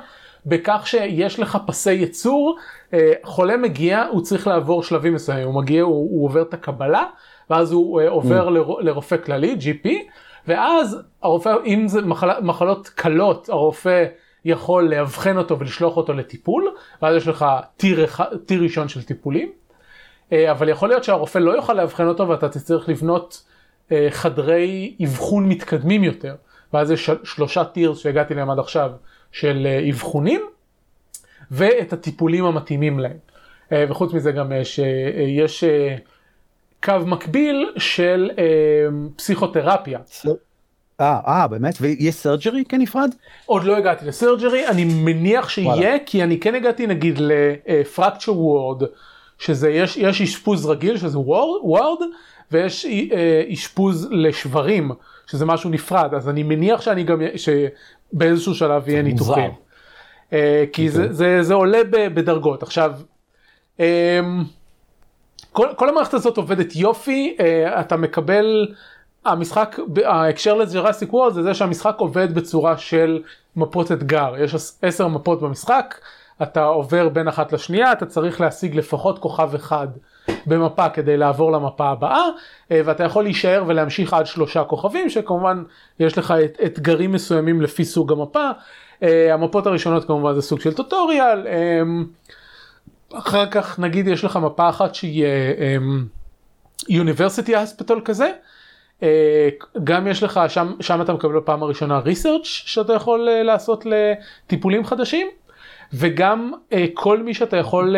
בכך שיש לך פסי ייצור, חולה מגיע, הוא צריך לעבור שלבים מסוימים, הוא מגיע, הוא, הוא עובר את הקבלה, ואז הוא עובר mm. לרופא כללי, ג'י פי, ואז הרופא, אם זה מחל, מחלות קלות, הרופא יכול להבחן אותו ולשלוח אותו לטיפול, ואז יש לך טיר, טיר ראשון של טיפולים, אבל יכול להיות שהרופא לא יוכל להבחן אותו, ואתה צריך לבנות חדרי אבחון מתקדמים יותר, ואז יש שלושה טיר שהגעתי להם עד עכשיו, של אבחונים, ואת הטיפולים המתאימים להם. וחוץ מזה גם יש, יש קו מקביל של פסיכותרפיה. אה, אה, באמת? ויש סרג'רי כנפרד? עוד לא הגעתי לסרג'רי, אני מניח שיהיה, כי אני כן הגעתי נגיד לפרקצ'ר וורד, שזה, יש, יש אשפוז רגיל, שזה וורד, ויש אשפוז לשברים, שזה משהו נפרד, אז אני מניח שאני גם, שבאיזשהו שלב יהיה ניתוחים. כי זה, זה, זה עולה בדרגות. עכשיו, כל, כל המערכת הזאת עובדת יופי, אתה מקבל, המשחק, ההקשר לג'ראסיק וורלד זה זה שהמשחק עובד בצורה של מפות אתגר. יש עשר מפות במשחק, אתה עובר בין אחת לשנייה, אתה צריך להשיג לפחות כוכב אחד במפה כדי לעבור למפה הבאה, ואתה יכול להישאר ולהמשיך עד שלושה כוכבים, שכמובן יש לך אתגרים מסוימים לפי סוג המפה. המפות הראשונות כמובן זה סוג של טוטוריאל, אחר כך נגיד יש לך מפה אחת שהיא University Hospital כזה, גם יש לך, שם, שם אתה מקבל בפעם הראשונה research שאתה יכול לעשות לטיפולים חדשים, וגם כל מי שאתה יכול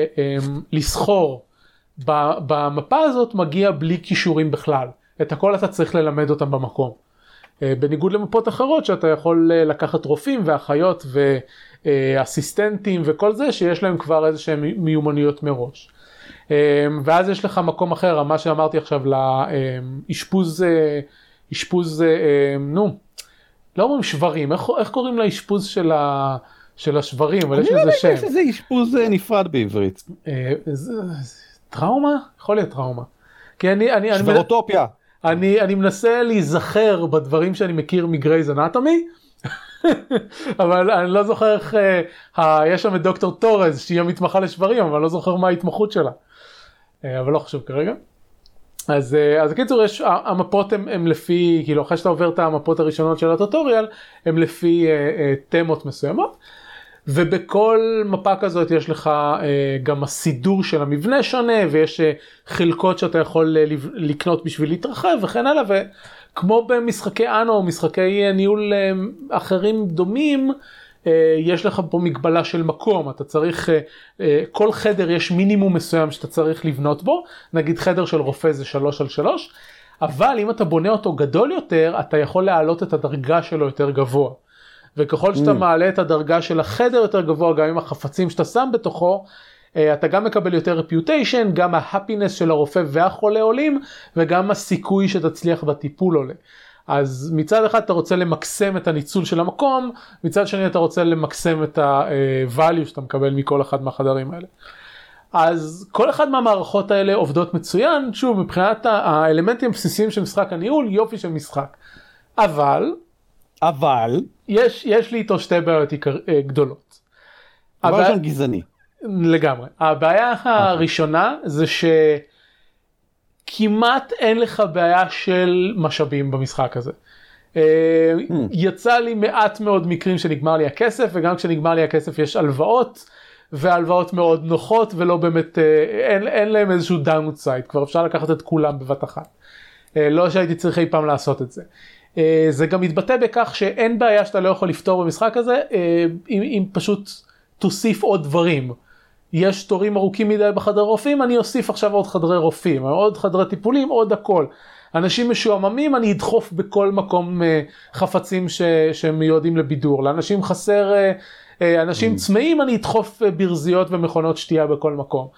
לסחור במפה הזאת מגיע בלי כישורים בכלל, את הכל אתה צריך ללמד אותם במקום. בניגוד למפות אחרות שאתה יכול לקחת רופאים ואחיות ואסיסטנטים וכל זה שיש להם כבר איזה שהם מיומנויות מראש. ואז יש לך מקום אחר, מה שאמרתי עכשיו לאשפוז, אשפוז, נו, לא אומרים שברים, איך, איך קוראים לאשפוז של, ה, של השברים, אבל יש איזה שם. אני לא יודע שזה אשפוז נפרד בעברית. טראומה? יכול להיות טראומה. כי אני, אני, שברוטופיה. אני, אני מנסה להיזכר בדברים שאני מכיר מגרייז אנטומי, אבל אני לא זוכר איך, אה, יש שם את דוקטור טורז שהיא המתמחה לשברים, אבל אני לא זוכר מה ההתמחות שלה. אה, אבל לא חשוב כרגע. אז, אה, אז הקיצור, יש, המפות הם, הם לפי, כאילו אחרי שאתה עובר את המפות הראשונות של הטוטוריאל, הם לפי אה, אה, תמות מסוימות, ובכל מפה כזאת יש לך אה, גם הסידור של המבנה שונה, ויש אה, חלקות שאתה יכול אה, לקנות בשביל להתרחב וכן הלאה, וכמו במשחקי אנו או משחקי אה, ניהול אה, אחרים דומים, אה, יש לך פה מגבלה של מקום, אתה צריך, אה, אה, כל חדר יש מינימום מסוים שאתה צריך לבנות בו, נגיד חדר של רופא זה שלוש על שלוש, אבל אם אתה בונה אותו גדול יותר, אתה יכול להעלות את הדרגה שלו יותר גבוה. וככל שאתה mm. מעלה את הדרגה של החדר יותר גבוה, גם עם החפצים שאתה שם בתוכו, אתה גם מקבל יותר reputation, גם ההפינס של הרופא והחולה עולים, וגם הסיכוי שתצליח בטיפול עולה. אז מצד אחד אתה רוצה למקסם את הניצול של המקום, מצד שני אתה רוצה למקסם את ה-value שאתה מקבל מכל אחד מהחדרים האלה. אז כל אחד מהמערכות האלה עובדות מצוין, שוב, מבחינת האלמנטים הבסיסיים של משחק הניהול, יופי של משחק. אבל... אבל... יש, יש לי איתו שתי בעיות גדולות. דבר ראשון גזעני. לגמרי. הבעיה הראשונה זה שכמעט אין לך בעיה של משאבים במשחק הזה. יצא לי מעט מאוד מקרים שנגמר לי הכסף, וגם כשנגמר לי הכסף יש הלוואות, והלוואות מאוד נוחות, ולא באמת, אין, אין להם איזשהו downside, כבר אפשר לקחת את כולם בבת אחת. לא שהייתי צריך אי פעם לעשות את זה. זה גם מתבטא בכך שאין בעיה שאתה לא יכול לפתור במשחק הזה, אם, אם פשוט תוסיף עוד דברים. יש תורים ארוכים מדי בחדר רופאים, אני אוסיף עכשיו עוד חדרי רופאים, עוד חדרי טיפולים, עוד הכל. אנשים משועממים, אני אדחוף בכל מקום חפצים ש, שמיועדים לבידור. לאנשים חסר, אנשים צמאים, אני אדחוף ברזיות ומכונות שתייה בכל מקום.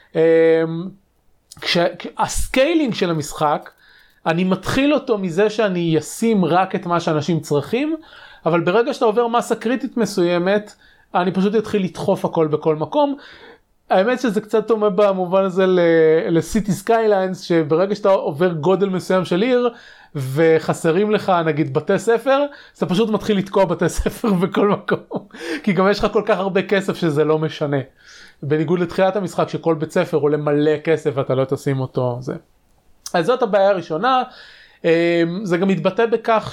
כשהסקיילינג של המשחק, אני מתחיל אותו מזה שאני אשים רק את מה שאנשים צריכים, אבל ברגע שאתה עובר מסה קריטית מסוימת, אני פשוט אתחיל לדחוף הכל בכל מקום. האמת שזה קצת דומה במובן הזה לסיטי סקייליינס, שברגע שאתה עובר גודל מסוים של עיר, וחסרים לך נגיד בתי ספר, אתה פשוט מתחיל לתקוע בתי ספר בכל מקום, כי גם יש לך כל כך הרבה כסף שזה לא משנה. בניגוד לתחילת המשחק שכל בית ספר עולה מלא כסף ואתה לא תשים אותו. זה. אז זאת הבעיה הראשונה. זה גם מתבטא בכך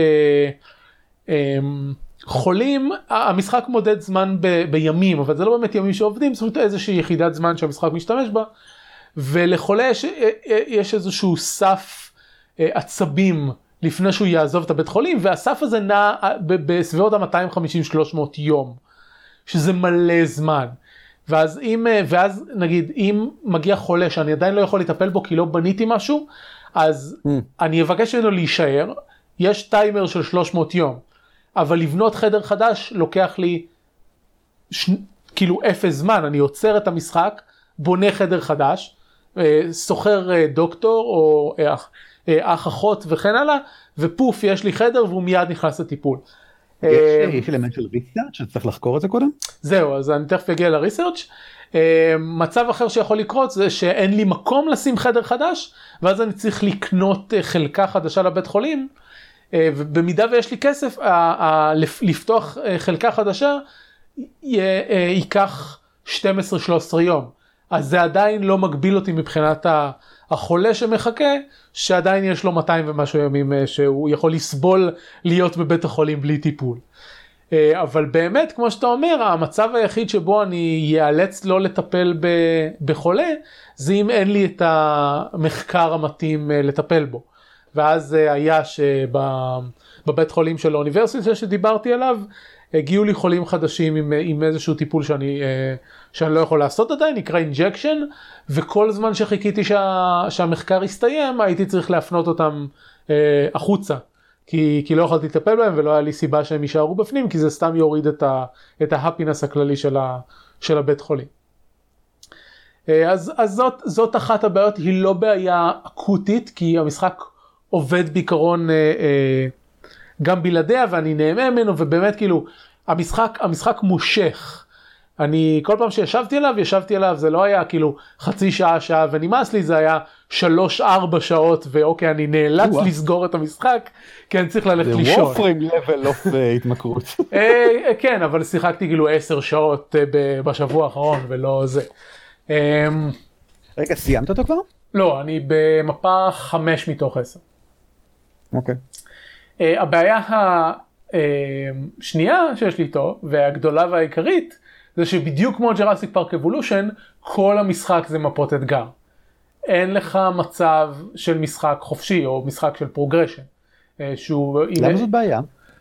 שחולים, המשחק מודד זמן ב- בימים, אבל זה לא באמת ימים שעובדים, זאת איזושהי יחידת זמן שהמשחק משתמש בה, ולחולה יש, יש איזשהו סף עצבים לפני שהוא יעזוב את הבית חולים, והסף הזה נע בסביבות ה-מאתיים חמישים שלוש מאות יום, שזה מלא זמן. ואז, אם, ואז נגיד, אם מגיע חולה שאני עדיין לא יכול לטפל בו כי לא בניתי משהו, אז mm. אני אבקש ממנו להישאר, יש טיימר של שלוש מאות יום, אבל לבנות חדר חדש לוקח לי ש... כאילו אפס זמן, אני עוצר את המשחק, בונה חדר חדש, סוחר דוקטור או אח, אח אחות וכן הלאה, ופוף יש לי חדר והוא מיד נכנס לטיפול. יש אלמנט של ריסרצ' שצריך לחקור את זה קודם? זהו, אז אני תכף אגיע לריסרצ'. מצב אחר שיכול לקרות זה שאין לי מקום לשים חדר חדש, ואז אני צריך לקנות חלקה חדשה לבית חולים, ובמידה ויש לי כסף, לפתוח חלקה חדשה ייקח שתים עשרה שלוש עשרה יום. אז זה עדיין לא מגביל אותי מבחינת החולה שמחכה, שעדיין יש לו מאתיים ומשהו ימים שהוא יכול לסבול להיות בבית החולים בלי טיפול. אבל באמת, כמו שאתה אומר, המצב היחיד שבו אני יאלץ לא לטפל בחולה, זה אם אין לי את המחקר המתאים לטפל בו. ואז היה שבבית חולים של האוניברסיטה שדיברתי עליו, הגיעו לי חולים חדשים עם, עם איזשהו טיפול שאני, שאני לא יכול לעשות עדיין, נקרא אינג'קשן, וכל זמן שחיכיתי שה, שהמחקר יסתיים, הייתי צריך להפנות אותם אה, החוצה, כי, כי לא יכולתי לטפל בהם, ולא היה לי סיבה שהם יישארו בפנים, כי זה סתם יוריד את, ה, את ההפינס הכללי של, ה, של הבית חולים. אה, אז, אז זאת, זאת אחת הבעיות, היא לא בעיה אקוטית, כי המשחק עובד בעיקרון, אה, אה, גם בלעדיה, ואני נהנה ממנו, ובאמת כאילו, המשחק, המשחק מושך. אני, כל פעם שישבתי עליו, ישבתי עליו, זה לא היה כאילו חצי שעה, שעה, ונמאס לי, זה היה שלוש, ארבע שעות, ואוקיי, אני נאלץ לסגור את המשחק, כי אני צריך ללכת לישון. זה וורפריים לבל אוף התמכרות. כן, אבל שיחקתי כאילו עשר שעות בשבוע האחרון, ולא זה. רגע, סיימת אותו כבר? לא, אני במפה חמש מתוך עשר. אוקיי. הבעיה השנייה שיש לי איתו, והגדולה והעיקרית, זה שבדיוק כמו ג'ראסיק פארק אבולושן, כל המשחק זה מפות אתגר. אין לך מצב של משחק חופשי, או משחק של פרוגרשן. שהוא... למה זאת בעיה?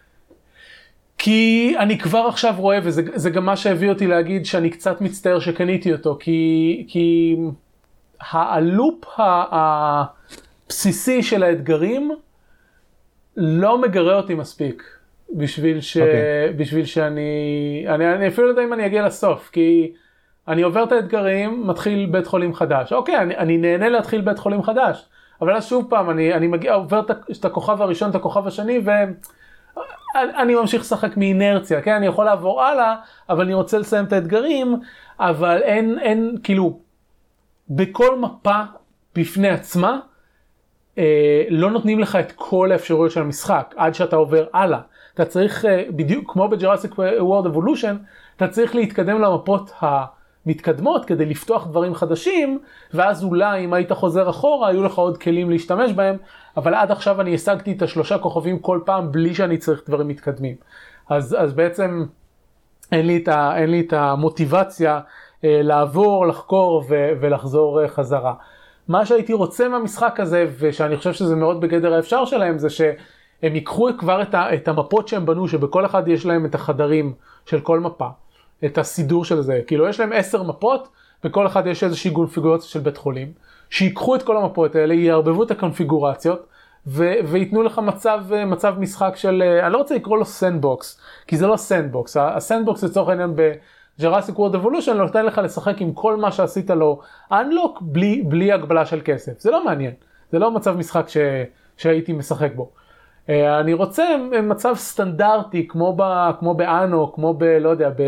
כי אני כבר עכשיו רואה, וזה גם מה שהביא אותי להגיד שאני קצת מצטער שקניתי אותו, כי, כי הלופ הבסיסי של האתגרים, לא מגרה אותי מספיק, בשביל, ש... okay. בשביל שאני, אני, אני אפילו לא יודע אם אני אגיע לסוף, כי אני עובר את האתגרים, מתחיל בית חולים חדש. אוקיי, אני, אני נהנה להתחיל בית חולים חדש, אבל אז שוב פעם, אני, אני מגיע, עובר את הכוכב הראשון, את הכוכב השני, ואני ממשיך לשחק מאינרציה, כן? אני יכול לעבור הלאה, אבל אני רוצה לסיים את האתגרים, אבל אין, אין, כאילו, בכל מפה בפני עצמה, לא נותנים לך את כל האפשרויות של המשחק, עד שאתה עובר הלאה. אתה צריך, בדיוק כמו בג'ראסיק וורד אבולושן, אתה צריך להתקדם למפות המתקדמות, כדי לפתוח דברים חדשים, ואז אולי אם היית חוזר אחורה, היו לך עוד כלים להשתמש בהם, אבל עד עכשיו אני השגתי את השלושה כוכבים כל פעם, בלי שאני צריך דברים מתקדמים. אז, אז בעצם אין לי את ה, אין לי את המוטיבציה לעבור, לחקור ו, ולחזור חזרה. מה שהייתי רוצה מהמשחק הזה, ושאני חושב שזה מאוד בגדר האפשר שלהם, זה שהם ייקחו כבר את, ה, את המפות שהם בנו, שבכל אחד יש להם את החדרים של כל מפה, את הסידור של זה. כאילו יש להם עשר מפות, בכל אחד יש איזושהי קונפיגורציה של בית חולים, שיקחו את כל המפות האלה, יערבבו את הקונפיגורציות, ו, ויתנו לך מצב, מצב משחק של, אני לא רוצה לקרוא לו סנדבוקס, כי זה לא סנדבוקס. הסנדבוקס לצורך העניין ב... ג'ראסיק וורד אבולושן נותן לך לשחק עם כל מה שעשית לו אנלוק בלי, בלי הגבלה של כסף. זה לא מעניין. זה לא מצב משחק ש, שהייתי משחק בו. אני רוצה מצב סטנדרטי כמו, ב, כמו באנו, כמו ב, לא יודע,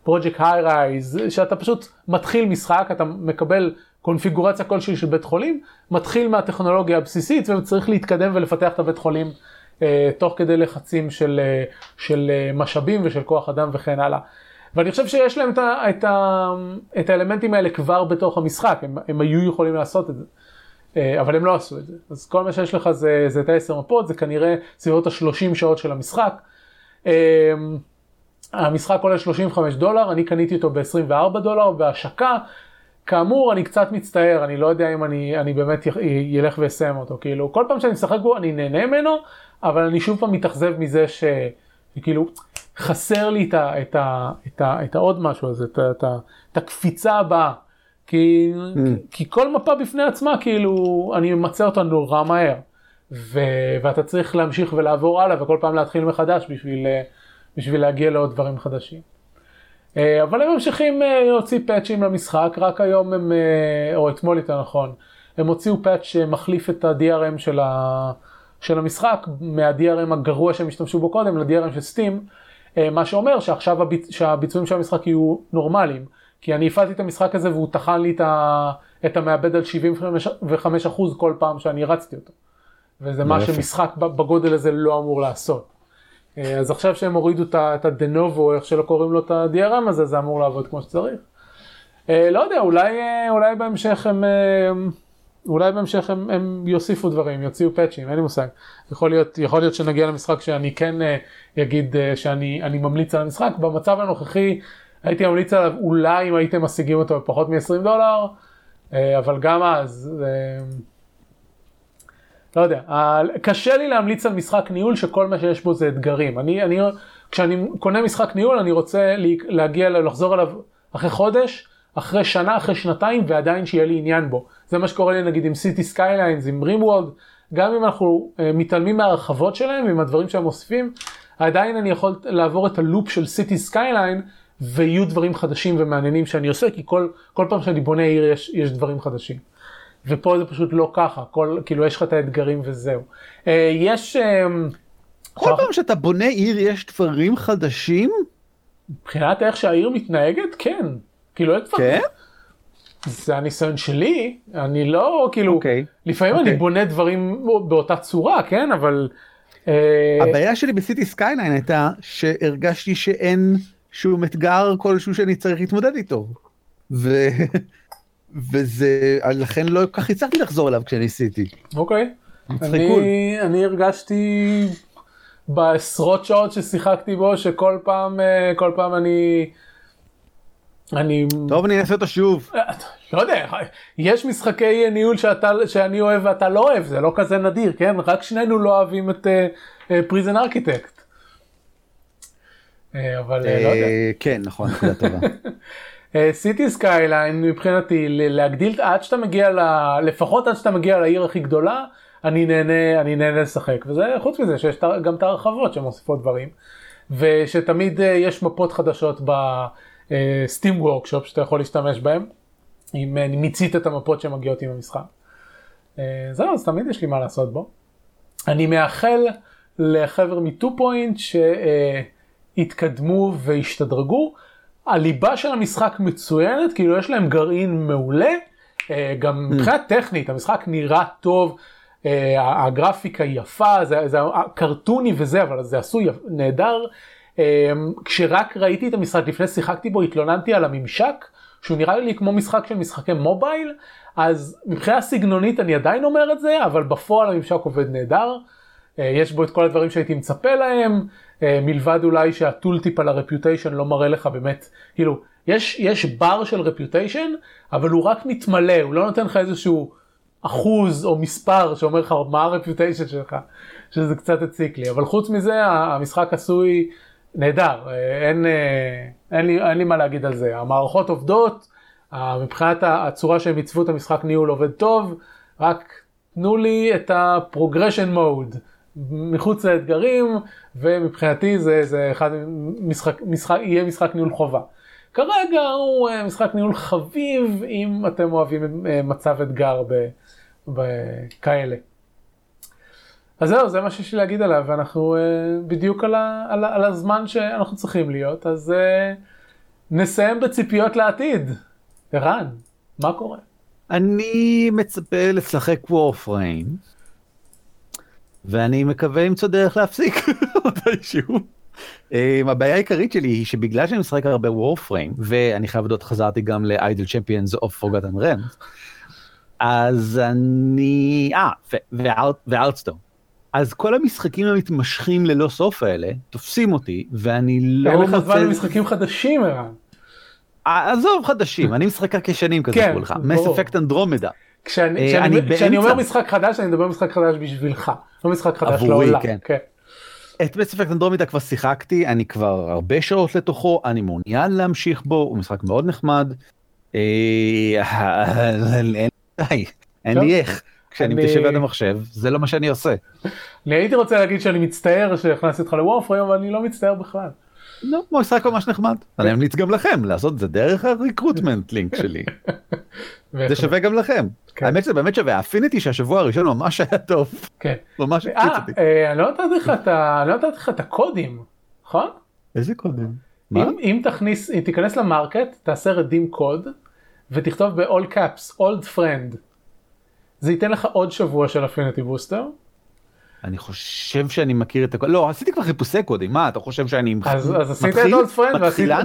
פרויקט היי-רייז, שאתה פשוט מתחיל משחק, אתה מקבל קונפיגורציה כלשהי של בית חולים, מתחיל מהטכנולוגיה הבסיסית וצריך להתקדם ולפתח את הבית חולים אה, תוך כדי לחצים של, אה, של אה, משאבים ושל כוח אדם וכן הלאה. ואני חושב שיש להם את, ה, את, ה, את האלמנטים האלה כבר בתוך המשחק, הם, הם היו יכולים לעשות את זה, אה, אבל הם לא עשו את זה. אז כל מה שיש לך זה, זה את העשר מפות, זה כנראה סביבות ה-שלושים שעות של המשחק. אה, המשחק עולה שלושים וחמישה דולר, אני קניתי אותו ב-עשרים וארבעה דולר בהשקה, כאמור, אני קצת מצטער, אני לא יודע אם אני, אני באמת י- ילך ואסיים אותו, כאילו, כל פעם שאני משחק בו, אני נהנה ממנו, אבל אני שוב פעם מתאכזב מזה ש... כאילו, חסר לי את ה... את ה... את ה... את העוד משהו הזה, את ה... את ה... את הקפיצה הבאה, כי... Mm. כי כל מפה בפני עצמה, כאילו, אני ממצא אותה נורא מהר, ו... ואתה צריך להמשיך ולעבור הלאה, וכל פעם להתחיל מחדש בשביל, בשביל להגיע לעוד דברים חדשים. אבל הם ממשיכים להוציא פאצ'ים למשחק, רק היום הם, או אתמול יותר נכון, הם הוציאו פאצ' שמחליף את ה-די אר אם של, ה, של המשחק, מה-די אר אם הגרוע שהם השתמשו בו קודם, ל-די אר אם של סטים, מה שאומר שעכשיו הביצ... שהביצועים של המשחק יהיו נורמליים, כי אני הפעלתי את המשחק הזה והוא תחן לי את, ה... את המעבד על שבעים וחמישה אחוז כל פעם שאני רצתי אותו, וזה מה שמשחק בגודל הזה לא אמור לעשות. אז עכשיו שהם הורידו את הדנובו, איך שלא קוראים לו את ה-די אר אם הזה, זה אמור לעבוד כמו שצריך. לא יודע, אולי, אולי בהמשך הם, אולי בהמשך הם, הם יוסיפו דברים, יוציאו פאצ'ים, אין לי מושג. יכול להיות, יכול להיות שנגיע למשחק שאני כן אגיד שאני, אני ממליץ על המשחק. במצב הנוכחי הייתי ממליץ עליו אולי אם הייתם משיגים אותו בפחות מ-עשרים דולר, אבל גם אז... לא יודע, קשה לי להמליץ על משחק ניהול שכל מה שיש בו זה אתגרים. אני, אני, כשאני קונה משחק ניהול, אני רוצה להגיע, לחזור אליו אחרי חודש, אחרי שנה, אחרי שנתיים, ועדיין שיהיה לי עניין בו. זה מה שקורה לי נגיד עם סיטי סקייליינס, עם רימוולד, גם אם אנחנו מתעלמים מהרחבות שלהם, עם הדברים שהם מוסיפים, עדיין אני יכול לעבור את הלופ של סיטי סקייליין, ויהיו דברים חדשים ומעניינים שאני עושה, כי כל, כל פעם שאני בונה עיר יש, יש דברים חדשים. ופה זה פשוט לא ככה, כל, כאילו יש לך את האתגרים וזהו. יש... כל פעם שאתה בונה עיר יש דברים חדשים? מבחינת איך שהעיר מתנהגת, כן. כאילו, כן? זה הניסיון שלי, אני לא, כאילו, לפעמים אני בונה דברים באותה צורה, כן, אבל... הבעיה שלי בסיטי סקייליין הייתה שהרגשתי שאין שום אתגר כלשהו שאני צריך להתמודד איתו. ו... וזה, לכן לא כך הצלחתי לחזור אליו כשניסיתי. אוקיי. אני, אני הרגשתי בעשרות שעות ששיחקתי בו, שכל פעם, כל פעם אני... אני... טוב, אני אעשה אותו שוב. לא יודע, יש משחקי ניהול שאתה, שאני אוהב ואתה לא אוהב, זה לא כזה נדיר, כן? רק שנינו לא אוהבים את פריזן ארכיטקט. אבל לא יודע. כן, נכון, נקודה טובה. סיטי סקייליין מבחינתי להגדיל עד שאתה מגיע ל... לפחות עד שאתה מגיע לעיר הכי גדולה, אני נהנה, אני נהנה לשחק. וזה חוץ מזה שיש גם את הרחבות שמוסיפות דברים, ושתמיד יש מפות חדשות בסטים וורקשופ שאתה יכול להשתמש בהם, אם מיצית את המפות שמגיעות עם המשחק. זהו, אז תמיד יש לי מה לעשות בו. אני מאחל לחבר מ-טו פוינט שהתקדמו והשתדרגו. הליבה של המשחק מצוינת, כאילו יש להם גרעין מעולה, גם מבחינת טכנית, המשחק נראה טוב, הגרפיקה יפה, זה, זה קרטוני וזה, אבל זה עשוי נהדר. כשרק ראיתי את המשחק, לפני שיחקתי בו, התלוננתי על הממשק, שהוא נראה לי כמו משחק של משחקי מובייל, אז מבחינה סגנונית אני עדיין אומר את זה, אבל בפועל הממשק עובד נהדר, יש בו את כל הדברים שהייתי מצפה להם, מלבד אולי שהטולטיפ על הרפיוטיישן לא מראה לך באמת, כאילו, יש, יש בר של רפיוטיישן, אבל הוא רק מתמלא, הוא לא נותן לך איזשהו אחוז או מספר שאומר לך מה הרפיוטיישן שלך, שזה קצת הציק לי, אבל חוץ מזה המשחק עשוי נהדר, אין, אין, לי, אין לי מה להגיד על זה, המערכות עובדות, מבחינת הצורה שהם יצבו את המשחק ניהול עובד טוב, רק תנו לי את ה-progression mode, מחוץ לאתגרים, ומבחינתי זה, זה אחד משחק, משחק, יהיה משחק ניהול חובה. כרגע הוא משחק ניהול חביב, אם אתם אוהבים מצב אתגר בכאלה. אז זהו, זה מה שיש לי להגיד עליו, ואנחנו בדיוק על, ה, על, על הזמן שאנחנו צריכים להיות, אז נסיים בציפיות לעתיד. ערן, מה קורה? אני מצפה לשחק וורפריים, ואני מקווה למצוא דרך להפסיק מתישהו. הבעיה העיקרית שלי היא שבגלל שאני משחק הרבה וורפריים, ואני חייב לדעת, חזרתי גם ל-Idle Champions of Forgotten Realms, אז אני... אה, וארטסטון. אז כל המשחקים המתמשכים ללא סוף האלה, תופסים אותי, ואני לא מוצא... אין לך זמן למשחקים חדשים, ערן. עזוב חדשים, אני משחק רק כשנים כזה כולך. מס אפקט אנדרומדה. כשאני אומר משחק חדש, אני מדבר משחק חדש בשבילך. לא משחק חדש לעולם. את מס אפקט אנדרומדה כבר שיחקתי, אני כבר הרבה שעות לתוכו, אני מעוניין להמשיך בו, הוא משחק מאוד נחמד. אין לי איך. כשאני מתיישב עד המחשב, זה לא מה שאני עושה. אני הייתי רוצה להגיד שאני מצטער שהכנסתי אותך לוורפריים, אבל אני לא מצטער בכלל. לא, הוא משחק ממש נחמד. אני אמליץ גם לכם לעשות את זה דרך הריקרוטמנט לינק שלי. זה שווה גם לכם. האמת שזה באמת שווה. האפיניטי שהשבוע הראשון ממש היה טוב. כן. ממש הקפיץ אותי. אני לא נתתי לך את הקודים, נכון? איזה קודים? אם תכניס, אם תיכנס למרקט, תעשה רדים קוד, ותכתוב ב-all caps, old friend. זה ייתן לך עוד שבוע של אפיניטי בוסטר. אני חושב שאני מכיר את הכל, לא, עשיתי כבר חיפושי קודים, מה, אתה חושב שאני מתחיל? אז עשית את אולד פרנד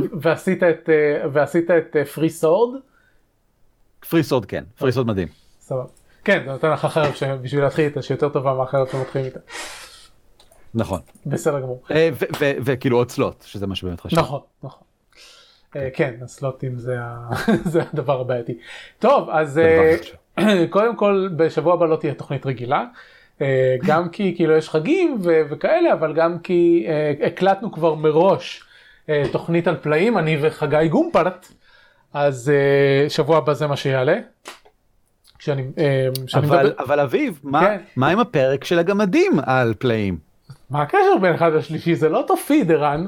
ועשית את פרי סורד? פרי סורד כן, פרי סורד מדהים. סבבה. כן, זה נותן לך חרב בשביל להתחיל איתה, שיותר טובה מהחרב שמתחילים איתה. נכון. בסדר גמור. וכאילו עוד סלוט, שזה מה שבאמת חשוב. נכון, נכון. כן, הסלוטים זה הדבר הבעייתי. טוב, אז קודם כל בשבוע הבא לא תהיה תוכנית רגילה. גם כי כאילו יש חגים ו- וכאלה, אבל גם כי uh, הקלטנו כבר מראש uh, תוכנית על פלאים, אני וחגי גומפרט, אז uh, שבוע הבא זה מה שיעלה. כשאני, uh, כשאני אבל, מדבר... אבל אביב, מה, כן. מה עם הפרק של הגמדים על פלאים? מה הקשר בין אחד לשלישי? זה לא תופיד, ערן.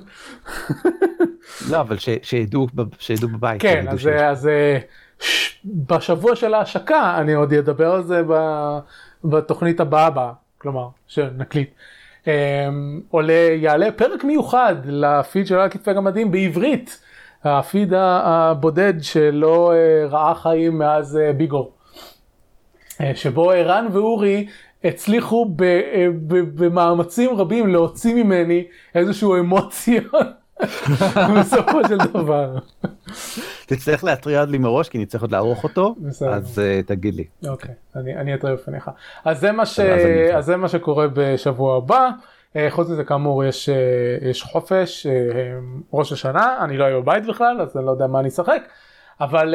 לא, אבל ש- שידעו, שידעו בבית. כן, אז, אז ש- בשבוע של ההשקה אני עוד אדבר על זה ב... בתוכנית הבאה הבאה, כלומר, שנקליט. עולה, יעלה פרק מיוחד לפיד של כתבי גמדים בעברית, הפיד הבודד שלא ראה חיים מאז ביגור, שבו ערן ואורי הצליחו במאמצים רבים להוציא ממני איזשהו אמוציה בסופו של דבר. תצטרך להטריע לי מראש כי נצטרך עוד לערוך אותו, אז תגיד לי. אוקיי, אני אטריע בפניך. אז זה מה שקורה בשבוע הבא. חוץ מזה כאמור יש חופש, ראש השנה, אני לא אהיה בבית בכלל, אז אני לא יודע מה אני אשחק, אבל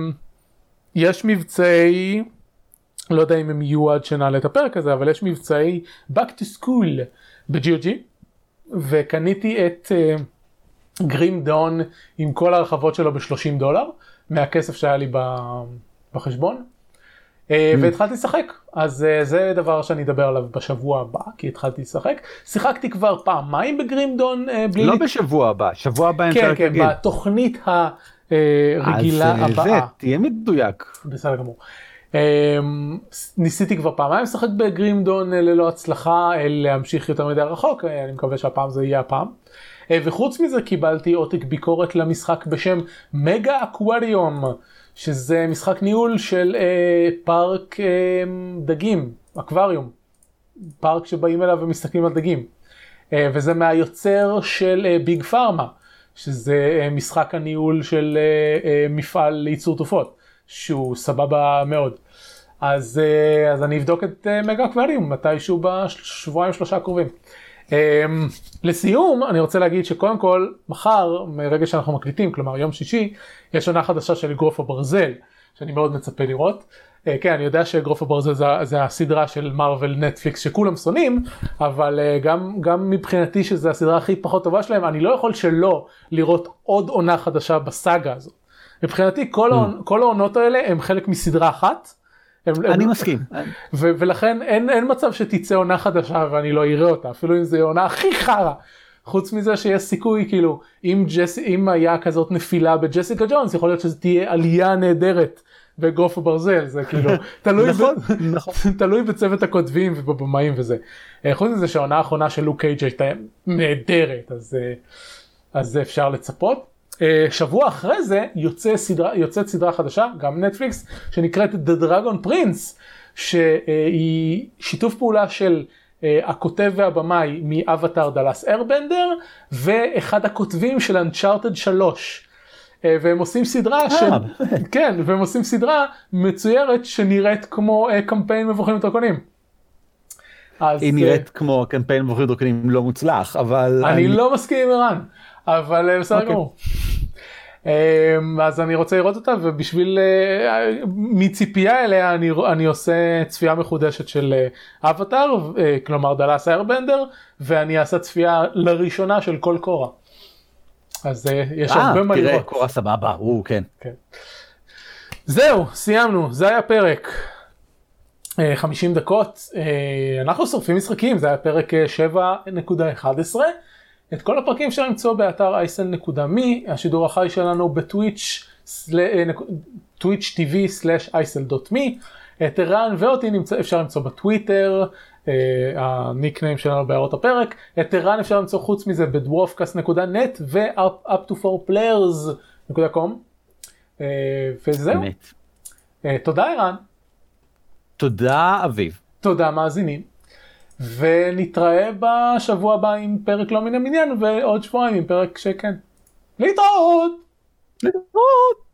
יש מבצעי, לא יודע אם הם יהיו עד שנעלה את הפרק הזה, אבל יש מבצעי Back to School ב-ג'י או ג'י, וקניתי את גרים דון עם כל הרחבות שלו ב-שלושים דולר, מהכסף שהיה לי בחשבון, והתחלתי לשחק. אז זה דבר שאני אדבר עליו בשבוע הבא, כי התחלתי לשחק. שיחקתי כבר פעמיים בגרים דון. לא בשבוע הבא, שבוע הבא. כן, כן, בתוכנית הרגילה הבאה. אז זה, תהיה מדויק. בסדר גמור. ניסיתי כבר פעמיים לשחק בגרים דון ללא הצלחה, להמשיך יותר מדי רחוק, אני מקווה שהפעם זה יהיה הפעם. וחוץ מזה קיבלתי עותק ביקורת למשחק בשם מגה אקווריום, שזה משחק ניהול של אה, פארק אה, דגים, אקווריום, פארק שבאים אליו ומסתכלים על דגים, אה, וזה מהיוצר של אה, ביג פארמה, שזה אה, משחק הניהול של אה, אה, מפעל לייצור תרופות, שהוא סבבה מאוד. אז, אה, אז אני אבדוק את אה, מגה אקווריום מתישהו בשבועיים שלושה קרובים. Um, לסיום אני רוצה להגיד שקודם כל מחר מרגע שאנחנו מקליטים, כלומר יום שישי, יש עונה חדשה של אגרוף הברזל שאני מאוד מצפה לראות. uh, כן, אני יודע שאגרוף הברזל זה, זה הסדרה של מרוול נטפליקס שכולם שונאים, אבל uh, גם, גם מבחינתי שזה הסדרה הכי פחות טובה שלהם, אני לא יכול שלא לראות עוד עונה חדשה בסאגה הזאת. מבחינתי כל, mm. העונ, כל העונות האלה הם חלק מסדרה אחת. אני הם, מסכים. ו- ולכן אין, אין מצב שתצא עונה חדשה ואני לא אראה אותה, אפילו אם זה עונה הכי חרה. חוץ מזה שיש סיכוי, כאילו, אם, ג'ס, אם היה כזאת נפילה בג'סיקה ג'ונס, יכול להיות שזה תהיה עלייה נהדרת בגרוף הברזל, זה כאילו, תלוי, נכון, ב- נכון. תלוי בצוות הכותבים ובבמאים וזה. חוץ מזה שהעונה האחרונה של לוק קייג' הייתה נהדרת, אז, אז אפשר לצפות. שבוע אחרי זה יוצא סדרה, יוצאת סדרה חדשה, גם נטפליקס, שנקראת The Dragon Prince, שהיא שיתוף פעולה של הכותב והבמאי מאבטר דלס איירבנדר, ואחד הכותבים של Uncharted שלוש. והם עושים סדרה, ש... כן, והם עושים סדרה מצוירת שנראית כמו קמפיין מבוכים ודרקונים. היא נראית כמו קמפיין מבוכים ודרקונים לא מוצלח, אבל... אני לא מסכים עם ערן, אבל בסדר גמור. אז אני רוצה לראות אותה, ובשביל, מציפייה אליה, אני, אני עושה צפייה מחודשת של אבטר, כלומר דלס איירבנדר, ואני אעשה צפייה לראשונה של כל קורה. אז יש הרבה מה לראות. תראה, קורה סבבה, הוא כן. כן. זהו, סיימנו, זה היה פרק. חמישים דקות, אנחנו שורפים משחקים, זה היה פרק שבע נקודה אחת עשרה. את כל הפרקים אפשר למצוא באתר אייסל נקודה מי, השידור החי שלנו בטוויץ' טוויץ' טי וי סלאש אייסל דוט מי, את ערן ואותי אפשר למצוא בטוויטר, הניקניים שלנו בהערות הפרק, את ערן אפשר למצוא חוץ מזה בדוורפקאסט נקודה נט ו-up to four players נקודה קום, וזהו. תודה ערן. תודה אביב. תודה מאזינים. ונתראה בשבוע הבא עם פרק לא מן המניין, ועוד שבועיים עם פרק שכן. להתראות! להתראות!